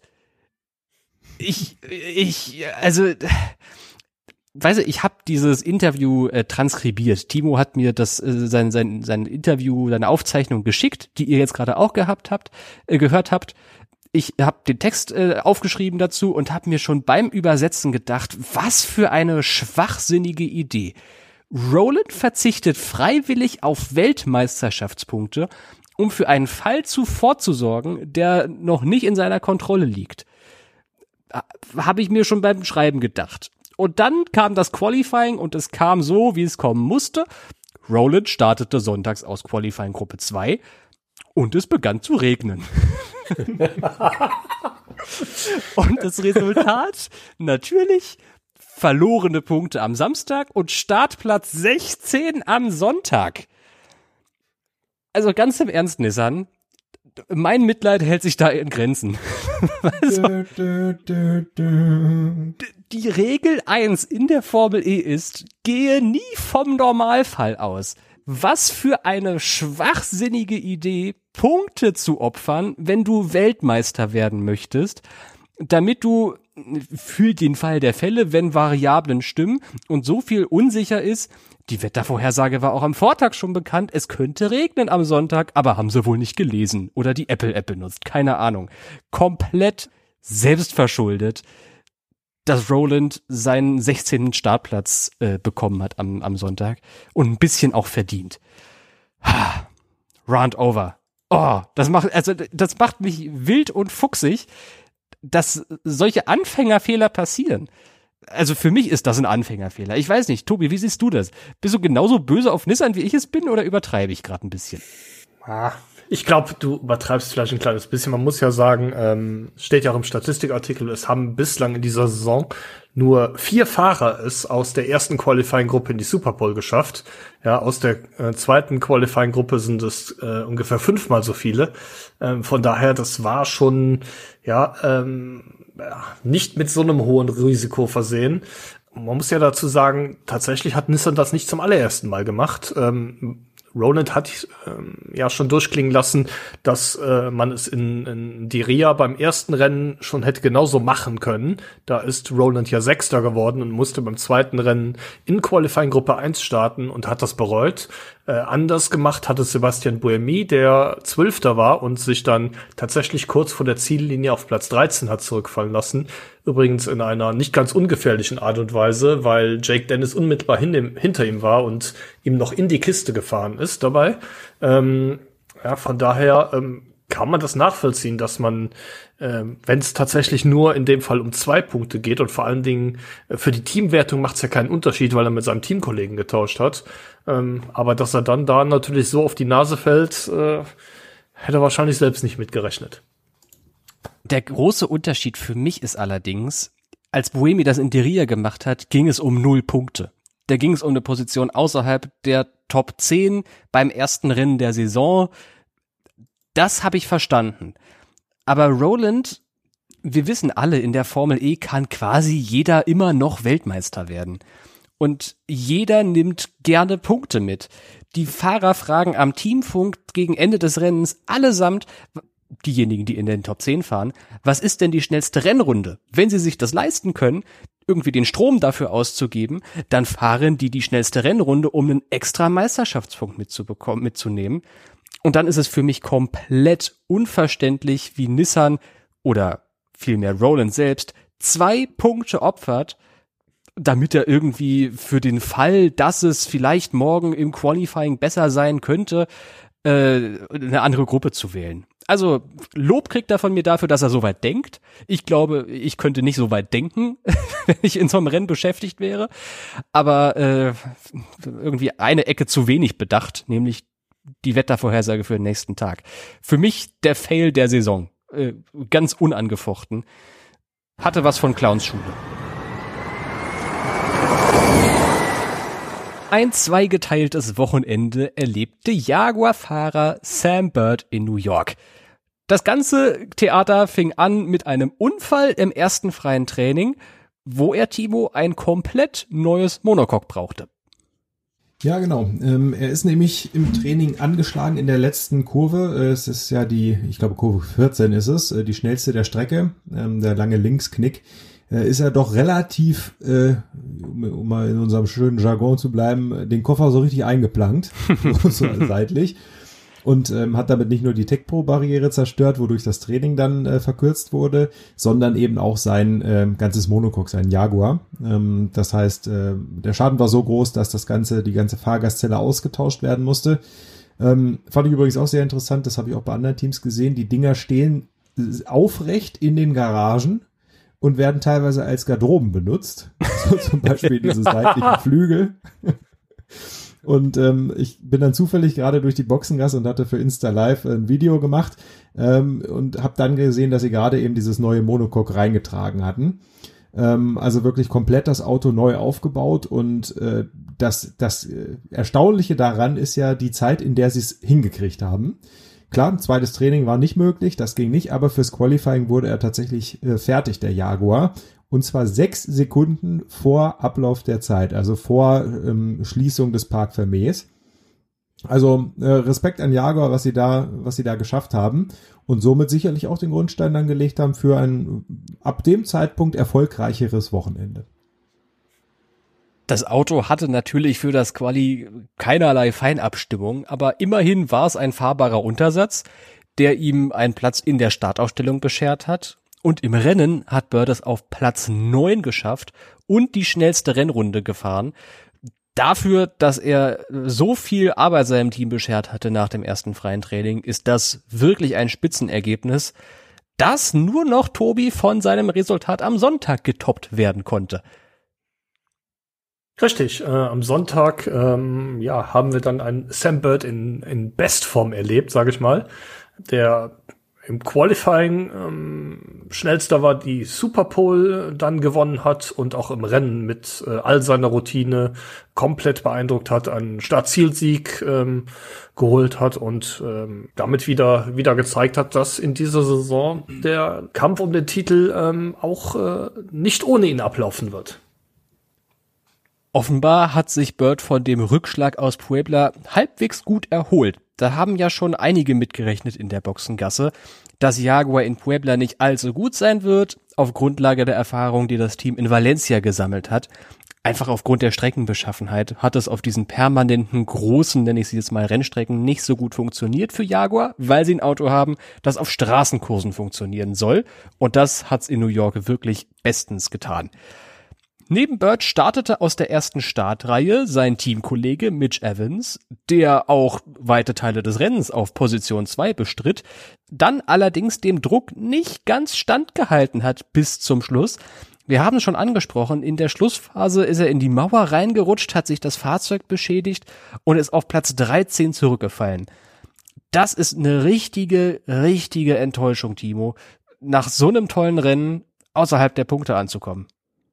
Ich habe dieses Interview transkribiert. Timo hat mir das sein Interview, seine Aufzeichnung geschickt, die ihr jetzt gerade auch gehört habt. Ich habe den Text aufgeschrieben dazu und habe mir schon beim Übersetzen gedacht, was für eine schwachsinnige Idee. Roland verzichtet freiwillig auf Weltmeisterschaftspunkte, um für einen Fall vorzusorgen, der noch nicht in seiner Kontrolle liegt. Habe ich mir schon beim Schreiben gedacht. Und dann kam das Qualifying und es kam so, wie es kommen musste. Roland startete sonntags aus Qualifying Gruppe 2 und es begann zu regnen. Und das Resultat? Natürlich verlorene Punkte am Samstag und Startplatz 16 am Sonntag. Also ganz im Ernst, Nissan, mein Mitleid hält sich da in Grenzen. Die Regel 1 in der Formel E ist, gehe nie vom Normalfall aus. Was für eine schwachsinnige Idee, Punkte zu opfern, wenn du Weltmeister werden möchtest, damit du für den Fall der Fälle, wenn Variablen stimmen und so viel unsicher ist, die Wettervorhersage war auch am Vortag schon bekannt, es könnte regnen am Sonntag, aber haben sie wohl nicht gelesen oder die Apple-App benutzt, keine Ahnung. Komplett selbstverschuldet, dass Roland seinen 16. Startplatz bekommen hat am Sonntag und ein bisschen auch verdient. Rant over. Oh, das macht mich wild und fuchsig, dass solche Anfängerfehler passieren. Also für mich ist das ein Anfängerfehler. Ich weiß nicht, Tobi, wie siehst du das? Bist du genauso böse auf Nissan, wie ich es bin, oder übertreibe ich gerade ein bisschen? Ich glaube, du übertreibst vielleicht ein kleines bisschen. Man muss ja sagen, steht ja auch im Statistikartikel, es haben bislang in dieser Saison nur 4 Fahrer es aus der ersten Qualifying-Gruppe in die Superpole geschafft. Ja, aus der zweiten Qualifying-Gruppe sind es ungefähr 5-mal so viele. Von daher, das war schon nicht mit so einem hohen Risiko versehen. Man muss ja dazu sagen, tatsächlich hat Nissan das nicht zum allerersten Mal gemacht. Roland hat ja schon durchklingen lassen, dass man es in Diriyah beim ersten Rennen schon hätte genauso machen können. Da ist Roland ja Sechster geworden und musste beim zweiten Rennen in Qualifying Gruppe 1 starten und hat das bereut. Anders gemacht hatte Sebastian Buemi, der 12. war und sich dann tatsächlich kurz vor der Ziellinie auf Platz 13 hat zurückfallen lassen. Übrigens in einer nicht ganz ungefährlichen Art und Weise, weil Jake Dennis unmittelbar hinter ihm war und ihm noch in die Kiste gefahren ist dabei. Von daher kann man das nachvollziehen, dass man, wenn es tatsächlich nur in dem Fall um 2 Punkte geht und vor allen Dingen für die Teamwertung macht es ja keinen Unterschied, weil er mit seinem Teamkollegen getauscht hat. Aber dass er dann da natürlich so auf die Nase fällt, hätte er wahrscheinlich selbst nicht mitgerechnet. Der große Unterschied für mich ist allerdings, als Buemi das in Diriyah gemacht hat, ging es um 0 Punkte. Da ging es um eine Position außerhalb der Top 10 beim ersten Rennen der Saison. Das habe ich verstanden. Aber Rowland, wir wissen alle, in der Formel E kann quasi jeder immer noch Weltmeister werden. Und jeder nimmt gerne Punkte mit. Die Fahrer fragen am Teamfunk gegen Ende des Rennens allesamt, diejenigen, die in den Top 10 fahren, was ist denn die schnellste Rennrunde? Wenn sie sich das leisten können, irgendwie den Strom dafür auszugeben, dann fahren die schnellste Rennrunde, um einen extra Meisterschaftspunkt mitzunehmen. Und dann ist es für mich komplett unverständlich, wie Nissan oder vielmehr Rowland selbst 2 Punkte opfert, damit er irgendwie für den Fall, dass es vielleicht morgen im Qualifying besser sein könnte, eine andere Gruppe zu wählen. Also Lob kriegt er von mir dafür, dass er so weit denkt. Ich glaube, ich könnte nicht so weit denken, wenn ich in so einem Rennen beschäftigt wäre. Aber irgendwie eine Ecke zu wenig bedacht, nämlich die Wettervorhersage für den nächsten Tag. Für mich der Fail der Saison. Ganz unangefochten. Hatte was von Clownsschule. Ein zweigeteiltes Wochenende erlebte Jaguar-Fahrer Sam Bird in New York. Das ganze Theater fing an mit einem Unfall im ersten freien Training, wo er, Timo, ein komplett neues Monocoque brauchte. Ja, genau. Er ist nämlich im Training angeschlagen in der letzten Kurve. Es ist ja ich glaube Kurve 14 ist es, die schnellste der Strecke, der lange Linksknick. Ist er doch relativ, um mal in unserem schönen Jargon zu bleiben, den Koffer so richtig eingeplankt, so seitlich. Und hat damit nicht nur die TechPro-Barriere zerstört, wodurch das Training dann verkürzt wurde, sondern eben auch sein ganzes Monocoque, sein Jaguar. Das heißt, der Schaden war so groß, dass die ganze Fahrgastzelle ausgetauscht werden musste. Fand ich übrigens auch sehr interessant, das habe ich auch bei anderen Teams gesehen. Die Dinger stehen aufrecht in den Garagen und werden teilweise als Garderoben benutzt. So zum Beispiel diese seitlichen Flügel. Und ich bin dann zufällig gerade durch die Boxengasse und hatte für Insta Live ein Video gemacht und habe dann gesehen, dass sie gerade eben dieses neue Monocoque reingetragen hatten. Also wirklich komplett das Auto neu aufgebaut und das Erstaunliche daran ist ja die Zeit, in der sie es hingekriegt haben. Klar, ein zweites Training war nicht möglich, das ging nicht, aber fürs Qualifying wurde er tatsächlich fertig, der Jaguar. Und zwar 6 Sekunden vor Ablauf der Zeit, also vor Schließung des Parc Fermés. Also Respekt an Jaguar, was sie da geschafft haben und somit sicherlich auch den Grundstein dann gelegt haben für ein ab dem Zeitpunkt erfolgreicheres Wochenende. Das Auto hatte natürlich für das Quali keinerlei Feinabstimmung, aber immerhin war es ein fahrbarer Untersatz, der ihm einen Platz in der Startaufstellung beschert hat. Und im Rennen hat Bird es auf Platz 9 geschafft und die schnellste Rennrunde gefahren. Dafür, dass er so viel Arbeit seinem Team beschert hatte nach dem ersten freien Training, ist das wirklich ein Spitzenergebnis, das nur noch Tobi von seinem Resultat am Sonntag getoppt werden konnte. Richtig, am Sonntag haben wir dann einen Sam Bird in Bestform erlebt, sage ich mal, der im Qualifying schnellster war, die Superpole dann gewonnen hat und auch im Rennen mit all seiner Routine komplett beeindruckt hat, einen Start-Ziel-Sieg geholt hat und damit wieder gezeigt hat, dass in dieser Saison der Kampf um den Titel auch nicht ohne ihn ablaufen wird. Offenbar hat sich Bird von dem Rückschlag aus Puebla halbwegs gut erholt. Da haben ja schon einige mitgerechnet in der Boxengasse, dass Jaguar in Puebla nicht allzu gut sein wird, auf Grundlage der Erfahrung, die das Team in Valencia gesammelt hat. Einfach aufgrund der Streckenbeschaffenheit hat es auf diesen permanenten großen, nenne ich sie jetzt mal, Rennstrecken nicht so gut funktioniert für Jaguar, weil sie ein Auto haben, das auf Straßenkursen funktionieren soll. Und das hat's in New York wirklich bestens getan. Neben Burt startete aus der ersten Startreihe sein Teamkollege Mitch Evans, der auch weite Teile des Rennens auf Position 2 bestritt, dann allerdings dem Druck nicht ganz standgehalten hat bis zum Schluss. Wir haben es schon angesprochen, in der Schlussphase ist er in die Mauer reingerutscht, hat sich das Fahrzeug beschädigt und ist auf Platz 13 zurückgefallen. Das ist eine richtige Enttäuschung, Timo, nach so einem tollen Rennen außerhalb der Punkte anzukommen.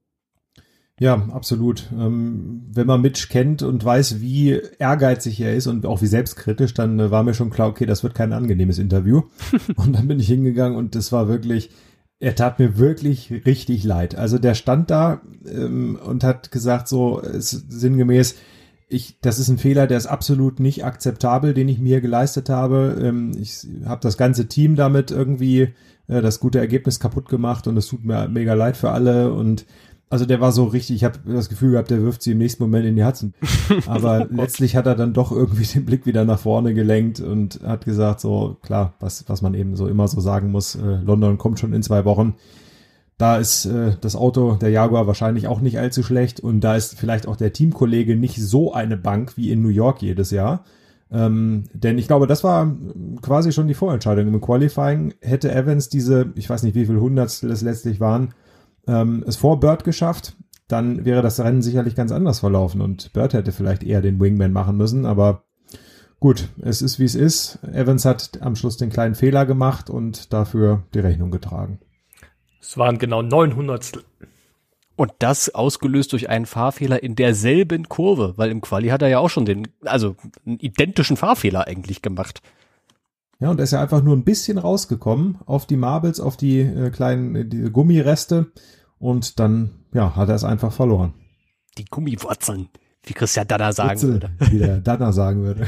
Ja, absolut. Wenn man Mitch kennt und weiß, wie ehrgeizig er ist und auch wie selbstkritisch, dann war mir schon klar, okay, das wird kein angenehmes Interview. Und dann bin ich hingegangen und das war wirklich, er tat mir wirklich richtig leid. Also der stand da und hat gesagt so sinngemäß, das ist ein Fehler, der ist absolut nicht akzeptabel, den ich mir geleistet habe. Ich habe das ganze Team damit irgendwie das gute Ergebnis kaputt gemacht und es tut mir mega leid für alle und also der war so richtig, ich habe das Gefühl gehabt, der wirft sie im nächsten Moment in die Herzen. Aber letztlich hat er dann doch irgendwie den Blick wieder nach vorne gelenkt und hat gesagt, so klar, was man eben so immer so sagen muss, London kommt schon in 2 Wochen. Da ist das Auto, der Jaguar, wahrscheinlich auch nicht allzu schlecht und da ist vielleicht auch der Teamkollege nicht so eine Bank wie in New York jedes Jahr. Denn ich glaube, das war quasi schon die Vorentscheidung. Im Qualifying hätte Evans diese, ich weiß nicht wie viel Hundertstel es letztlich waren, es vor Burt geschafft, dann wäre das Rennen sicherlich ganz anders verlaufen und Burt hätte vielleicht eher den Wingman machen müssen, aber gut, es ist wie es ist. Evans hat am Schluss den kleinen Fehler gemacht und dafür die Rechnung getragen. Es waren genau 900. Und das ausgelöst durch einen Fahrfehler in derselben Kurve, weil im Quali hat er ja auch schon einen identischen Fahrfehler eigentlich gemacht. Ja, und er ist ja einfach nur ein bisschen rausgekommen auf die Marbles, auf die kleinen Gummireste und dann, ja, hat er es einfach verloren. Die Gummiwurzeln, wie Christian Danner sagen würde. Wie der Danner sagen würde.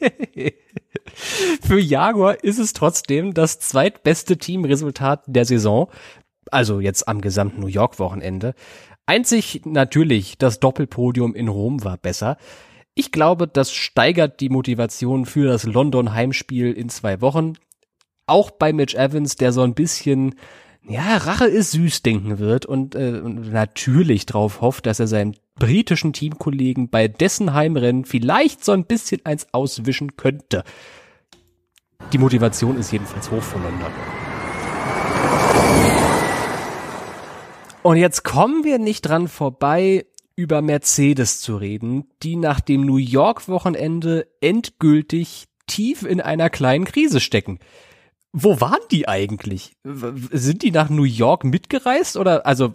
Für Jaguar ist es trotzdem das zweitbeste Teamresultat der Saison, also jetzt am gesamten New York-Wochenende. Einzig natürlich das Doppelpodium in Rom war besser. Ich glaube, das steigert die Motivation für das London-Heimspiel in 2 Wochen. Auch bei Mitch Evans, der so ein bisschen, ja, Rache ist süß denken wird und natürlich drauf hofft, dass er seinem britischen Teamkollegen bei dessen Heimrennen vielleicht so ein bisschen eins auswischen könnte. Die Motivation ist jedenfalls hoch von London. Und jetzt kommen wir nicht dran vorbei, über Mercedes zu reden, die nach dem New York-Wochenende endgültig tief in einer kleinen Krise stecken. Wo waren die eigentlich? Sind die nach New York mitgereist oder, also,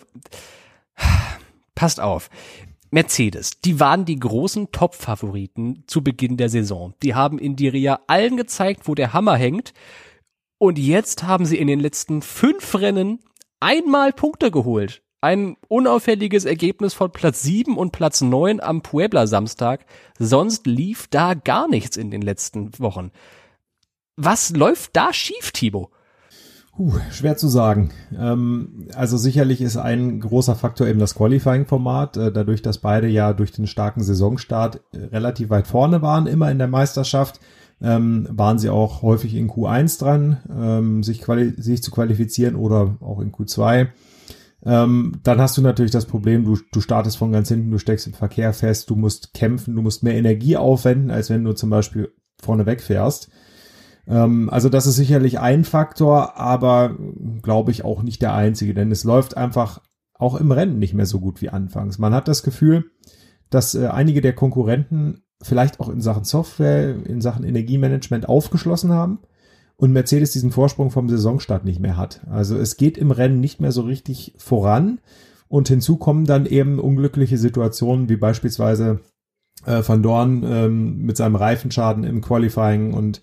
passt auf. Mercedes, die waren die großen Top-Favoriten zu Beginn der Saison. Die haben in Diriyah allen gezeigt, wo der Hammer hängt. Und jetzt haben sie in den letzten 5 Rennen einmal Punkte geholt. Ein unauffälliges Ergebnis von Platz 7 und Platz 9 am Puebla-Samstag. Sonst lief da gar nichts in den letzten Wochen. Was läuft da schief, Timo? Schwer zu sagen. Also sicherlich ist ein großer Faktor eben das Qualifying-Format. Dadurch, dass beide ja durch den starken Saisonstart relativ weit vorne waren, immer in der Meisterschaft, waren sie auch häufig in Q1 dran, sich zu qualifizieren oder auch in Q2. Dann hast du natürlich das Problem, du startest von ganz hinten, du steckst im Verkehr fest, du musst kämpfen, du musst mehr Energie aufwenden, als wenn du zum Beispiel vorne wegfährst. Also das ist sicherlich ein Faktor, aber glaube ich auch nicht der einzige, denn es läuft einfach auch im Rennen nicht mehr so gut wie anfangs. Man hat das Gefühl, dass einige der Konkurrenten vielleicht auch in Sachen Software, in Sachen Energiemanagement aufgeschlossen haben und Mercedes diesen Vorsprung vom Saisonstart nicht mehr hat. Also es geht im Rennen nicht mehr so richtig voran und hinzu kommen dann eben unglückliche Situationen, wie beispielsweise Van Dorn mit seinem Reifenschaden im Qualifying und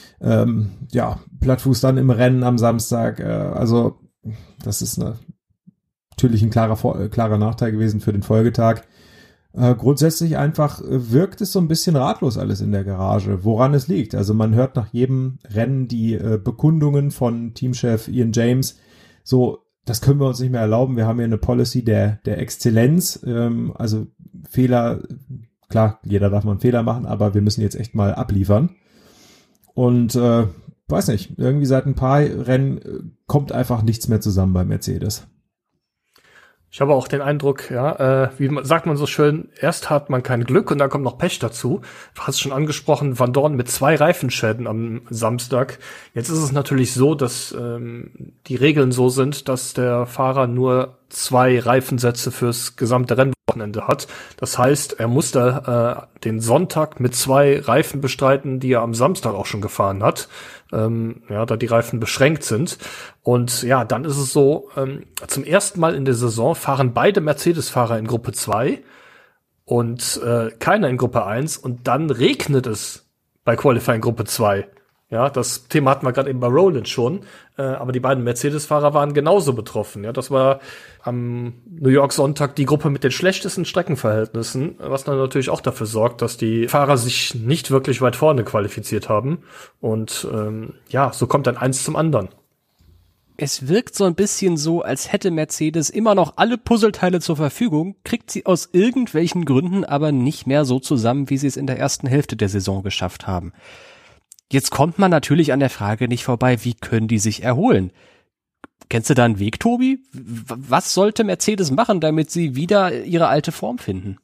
Plattfuß dann im Rennen am Samstag. Also das ist natürlich ein klarer Nachteil gewesen für den Folgetag. Grundsätzlich einfach wirkt es so ein bisschen ratlos alles in der Garage, woran es liegt. Also man hört nach jedem Rennen die Bekundungen von Teamchef Ian James, so, das können wir uns nicht mehr erlauben, wir haben hier eine Policy der Exzellenz, also Fehler, klar, jeder darf mal einen Fehler machen, aber wir müssen jetzt echt mal abliefern. Und weiß nicht, irgendwie seit ein paar Rennen kommt einfach nichts mehr zusammen bei Mercedes. Ich habe auch den Eindruck, sagt man so schön, erst hat man kein Glück und dann kommt noch Pech dazu. Du hast es schon angesprochen, Van Dorn mit 2 Reifenschäden am Samstag. Jetzt ist es natürlich so, dass die Regeln so sind, dass der Fahrer nur 2 Reifensätze fürs gesamte Rennwochenende hat. Das heißt, er muss da den Sonntag mit 2 Reifen bestreiten, die er am Samstag auch schon gefahren hat. Da die Reifen beschränkt sind. Und ja, dann ist es so, zum ersten Mal in der Saison fahren beide Mercedes-Fahrer in Gruppe 2 und keiner in Gruppe 1 und dann regnet es bei Qualifying Gruppe 2. Ja, das Thema hatten wir gerade eben bei Rowland schon, aber die beiden Mercedes-Fahrer waren genauso betroffen. Ja, das war am New York Sonntag die Gruppe mit den schlechtesten Streckenverhältnissen, was dann natürlich auch dafür sorgt, dass die Fahrer sich nicht wirklich weit vorne qualifiziert haben. Und so kommt dann eins zum anderen. Es wirkt so ein bisschen so, als hätte Mercedes immer noch alle Puzzleteile zur Verfügung, kriegt sie aus irgendwelchen Gründen aber nicht mehr so zusammen, wie sie es in der ersten Hälfte der Saison geschafft haben. Jetzt kommt man natürlich an der Frage nicht vorbei, wie können die sich erholen? Kennst du da einen Weg, Tobi? Was sollte Mercedes machen, damit sie wieder ihre alte Form finden?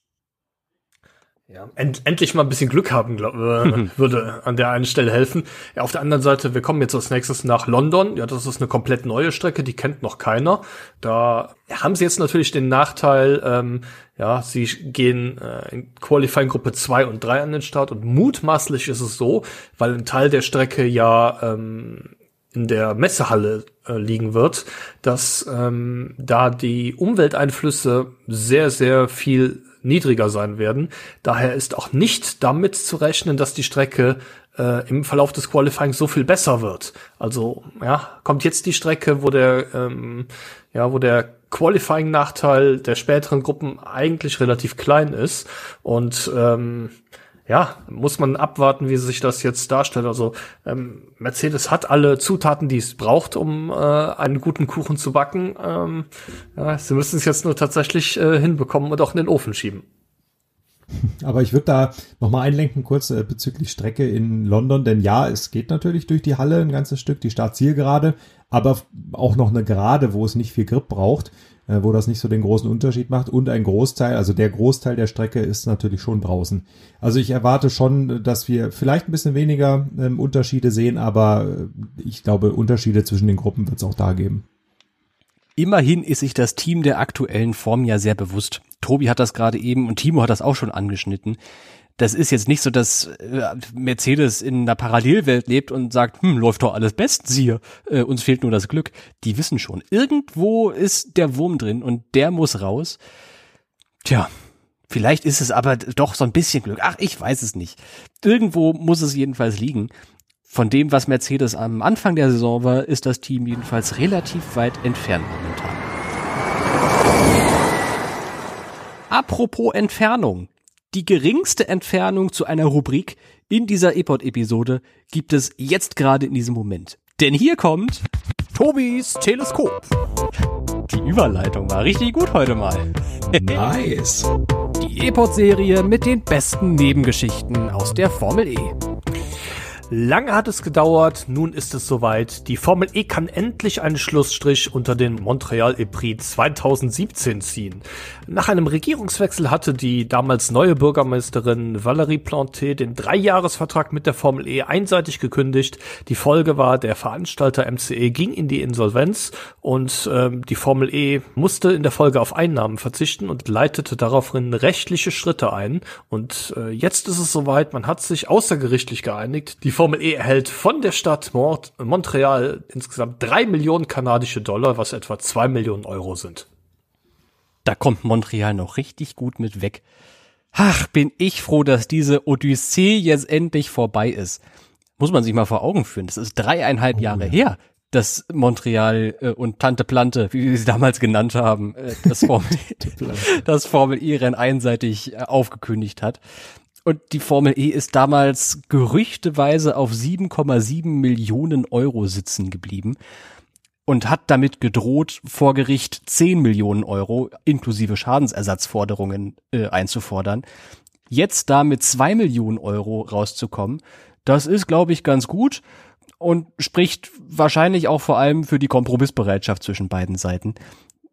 Ja, endlich mal ein bisschen Glück haben, würde an der einen Stelle helfen. Ja, auf der anderen Seite, wir kommen jetzt als nächstes nach London. Ja, das ist eine komplett neue Strecke, die kennt noch keiner. Da haben sie jetzt natürlich den Nachteil, sie gehen in Qualifying Gruppe 2 und 3 an den Start und mutmaßlich ist es so, weil ein Teil der Strecke in der Messehalle liegen wird, dass da die Umwelteinflüsse sehr, sehr viel niedriger sein werden. Daher ist auch nicht damit zu rechnen, dass die Strecke im Verlauf des Qualifyings so viel besser wird. Also kommt jetzt die Strecke, wo der Qualifying-Nachteil der späteren Gruppen eigentlich relativ klein ist und muss man abwarten, wie sich das jetzt darstellt. Also Mercedes hat alle Zutaten, die es braucht, um einen guten Kuchen zu backen. Sie müssen es jetzt nur tatsächlich hinbekommen und auch in den Ofen schieben. Aber ich würde da nochmal einlenken kurz bezüglich Strecke in London, denn ja, es geht natürlich durch die Halle ein ganzes Stück, die Start-Ziel-Gerade, aber auch noch eine Gerade, wo es nicht viel Grip braucht, wo das nicht so den großen Unterschied macht und ein Großteil, also der Großteil der Strecke ist natürlich schon draußen. Also ich erwarte schon, dass wir vielleicht ein bisschen weniger Unterschiede sehen, aber ich glaube, Unterschiede zwischen den Gruppen wird es auch da geben. Immerhin ist sich das Team der aktuellen Form ja sehr bewusst. Tobi hat das gerade eben und Timo hat das auch schon angeschnitten. Das ist jetzt nicht so, dass Mercedes in einer Parallelwelt lebt und sagt, läuft doch alles bestens hier, uns fehlt nur das Glück. Die wissen schon, irgendwo ist der Wurm drin und der muss raus. Tja, vielleicht ist es aber doch so ein bisschen Glück. Ach, ich weiß es nicht. Irgendwo muss es jedenfalls liegen. Von dem, was Mercedes am Anfang der Saison war, ist das Team jedenfalls relativ weit entfernt momentan. Apropos Entfernung. Die geringste Entfernung zu einer Rubrik in dieser E-Pod-Episode gibt es jetzt gerade in diesem Moment. Denn hier kommt Tobis Teleskop. Die Überleitung war richtig gut heute mal. Nice. Die E-Pod-Serie mit den besten Nebengeschichten aus der Formel E. Lange hat es gedauert, nun ist es soweit. Die Formel E kann endlich einen Schlussstrich unter den Montreal E-Prix 2017 ziehen. Nach einem Regierungswechsel hatte die damals neue Bürgermeisterin Valérie Plantey den 3-Jahres-Vertrag mit der Formel E einseitig gekündigt. Die Folge war, der Veranstalter MCE ging in die Insolvenz und die Formel E musste in der Folge auf Einnahmen verzichten und leitete daraufhin rechtliche Schritte ein. Und jetzt ist es soweit, man hat sich außergerichtlich geeinigt. Die Formel E erhält von der Stadt Montreal insgesamt 3 Millionen kanadische Dollar, was etwa 2 Millionen Euro sind. Da kommt Montreal noch richtig gut mit weg. Ach, bin ich froh, dass diese Odyssee jetzt endlich vorbei ist. Muss man sich mal vor Augen führen. Das ist 3,5 Jahre her, dass Montreal und Tante Plante, wie wir sie damals genannt haben, das Formel E-Rennen einseitig aufgekündigt hat. Und die Formel E ist damals gerüchteweise auf 7,7 Millionen Euro sitzen geblieben und hat damit gedroht, vor Gericht 10 Millionen Euro inklusive Schadensersatzforderungen einzufordern. Jetzt da mit 2 Millionen Euro rauszukommen, das ist, glaube ich, ganz gut und spricht wahrscheinlich auch vor allem für die Kompromissbereitschaft zwischen beiden Seiten.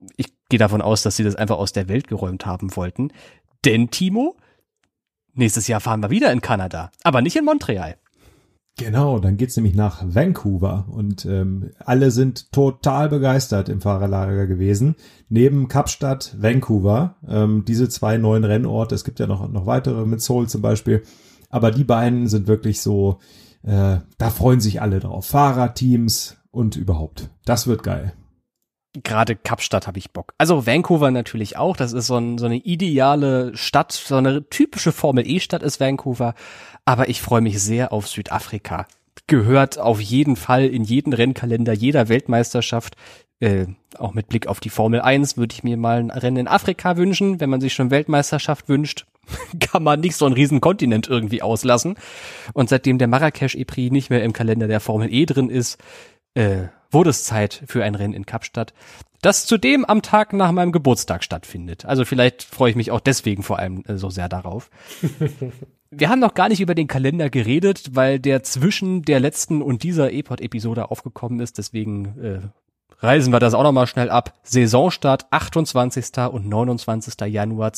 ich gehe davon aus, dass sie das einfach aus der Welt geräumt haben wollten. Denn, Timo, nächstes Jahr fahren wir wieder in Kanada, aber nicht in Montreal. Genau, dann geht's nämlich nach Vancouver und alle sind total begeistert im Fahrerlager gewesen. Neben Kapstadt, Vancouver, diese 2 neuen Rennorte, es gibt ja noch weitere mit Seoul zum Beispiel, aber die beiden sind wirklich so, da freuen sich alle drauf. Fahrerteams und überhaupt. Das wird geil. Gerade Kapstadt habe ich Bock. Also Vancouver natürlich auch. Das ist so eine ideale Stadt, so eine typische Formel-E-Stadt ist Vancouver. Aber ich freue mich sehr auf Südafrika. Gehört auf jeden Fall in jeden Rennkalender jeder Weltmeisterschaft. Auch mit Blick auf die Formel 1 würde ich mir mal ein Rennen in Afrika wünschen. Wenn man sich schon Weltmeisterschaft wünscht, kann man nicht so einen riesen Kontinent irgendwie auslassen. Und seitdem der Marrakesch E-Prix nicht mehr im Kalender der Formel E drin ist, wurde es Zeit für ein Rennen in Kapstadt, das zudem am Tag nach meinem Geburtstag stattfindet. Also vielleicht freue ich mich auch deswegen vor allem so sehr darauf. Wir haben noch gar nicht über den Kalender geredet, weil der zwischen der letzten und dieser E-Pod-Episode aufgekommen ist. Deswegen reisen wir das auch nochmal schnell ab. Saisonstart 28. und 29. Januar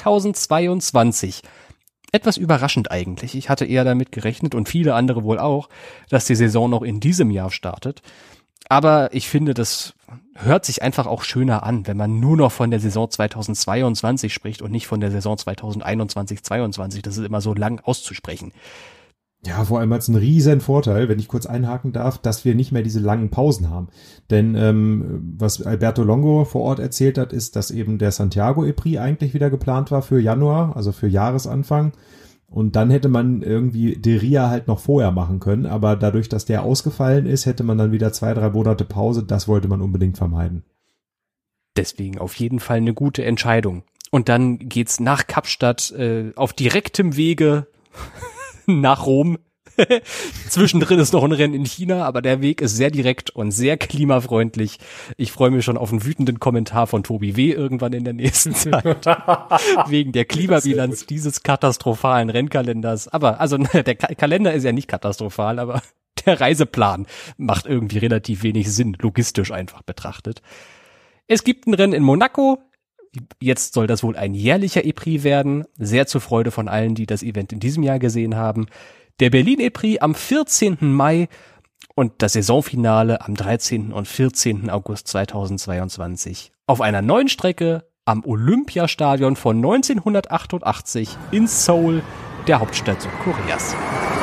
2022. Etwas überraschend eigentlich. Ich hatte eher damit gerechnet und viele andere wohl auch, dass die Saison noch in diesem Jahr startet. Aber ich finde, das hört sich einfach auch schöner an, wenn man nur noch von der Saison 2022 spricht und nicht von der Saison 2021-22. Das ist immer so lang auszusprechen. Ja, vor allem als ein riesen Vorteil, wenn ich kurz einhaken darf, dass wir nicht mehr diese langen Pausen haben. Denn was Alberto Longo vor Ort erzählt hat, ist, dass eben der Santiago E-Prix eigentlich wieder geplant war für Januar, also für Jahresanfang. Und dann hätte man irgendwie Deria halt noch vorher machen können. Aber dadurch, dass der ausgefallen ist, hätte man dann wieder 2-3 Monate Pause. Das wollte man unbedingt vermeiden. Deswegen auf jeden Fall eine gute Entscheidung. Und dann geht's nach Kapstadt auf direktem Wege nach Rom. Zwischendrin ist noch ein Rennen in China, aber der Weg ist sehr direkt und sehr klimafreundlich. Ich freue mich schon auf einen wütenden Kommentar von Tobi W. irgendwann in der nächsten Zeit. Wegen der Klimabilanz dieses katastrophalen Rennkalenders. Aber, also, der Kalender ist ja nicht katastrophal, aber der Reiseplan macht irgendwie relativ wenig Sinn, logistisch einfach betrachtet. Es gibt ein Rennen in Monaco. Jetzt soll das wohl ein jährlicher E-Prix werden. Sehr zur Freude von allen, die das Event in diesem Jahr gesehen haben. Der Berlin E-Prix am 14. Mai und das Saisonfinale am 13. und 14. August 2022 auf einer neuen Strecke am Olympiastadion von 1988 in Seoul, der Hauptstadt Südkoreas.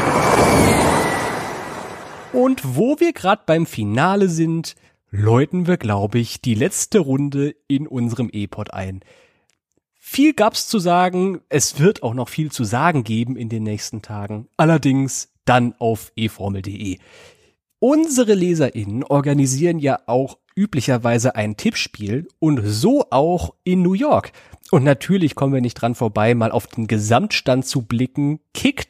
Und wo wir gerade beim Finale sind, läuten wir, glaube ich, die letzte Runde in unserem E-Pod ein. Viel gab's zu sagen, es wird auch noch viel zu sagen geben in den nächsten Tagen, allerdings dann auf eFormel.de. Unsere LeserInnen organisieren ja auch üblicherweise ein Tippspiel und so auch in New York. Und natürlich kommen wir nicht dran vorbei, mal auf den Gesamtstand zu blicken.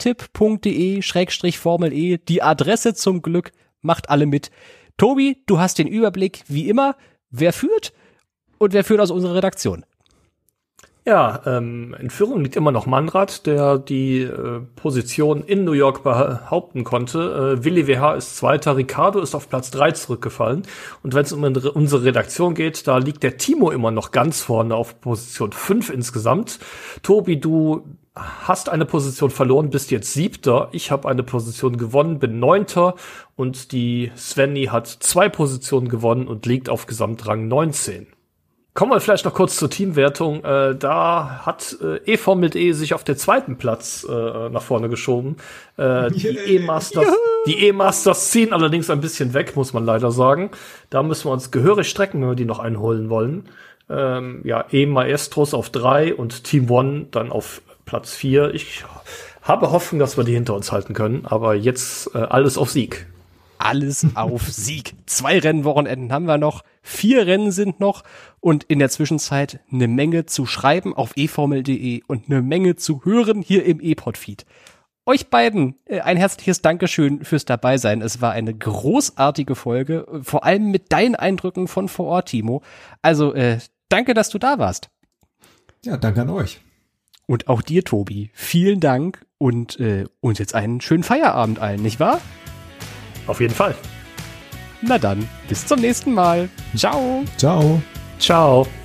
kicktipp.de/Formel-E, die Adresse zum Glück, macht alle mit. Tobi, du hast den Überblick, wie immer. Wer führt und wer führt aus unserer Redaktion? Ja, in Führung liegt immer noch Manfred, der die Position in New York behaupten konnte. Willi WH ist Zweiter, Ricardo ist auf Platz 3 zurückgefallen. Und wenn es um unsere Redaktion geht, da liegt der Timo immer noch ganz vorne auf Position 5 insgesamt. Tobi, du hast eine Position verloren, bist jetzt 7. Ich habe eine Position gewonnen, bin 9. Und die Svenny hat 2 Positionen gewonnen und liegt auf Gesamtrang 19. Kommen wir vielleicht noch kurz zur Teamwertung. Da hat eFormel.de sich auf den 2. Platz nach vorne geschoben. Die E-Masters ziehen allerdings ein bisschen weg, muss man leider sagen. Da müssen wir uns gehörig strecken, wenn wir die noch einholen wollen. E-Maestros auf 3 und Team One dann auf Platz 4. Ich habe Hoffnung, dass wir die hinter uns halten können, aber jetzt alles auf Sieg. Alles auf Sieg. 2 Rennwochenenden haben wir noch, 4 Rennen sind noch und in der Zwischenzeit eine Menge zu schreiben auf eFormel.de und eine Menge zu hören hier im E-Pod-Feed. Euch beiden ein herzliches Dankeschön fürs Dabeisein. Es war eine großartige Folge, vor allem mit deinen Eindrücken von vor Ort, Timo. Also danke, dass du da warst. Ja, danke an euch. Und auch dir, Tobi. Vielen Dank und jetzt einen schönen Feierabend allen, nicht wahr? Auf jeden Fall. Na dann, bis zum nächsten Mal. Ciao. Ciao. Ciao.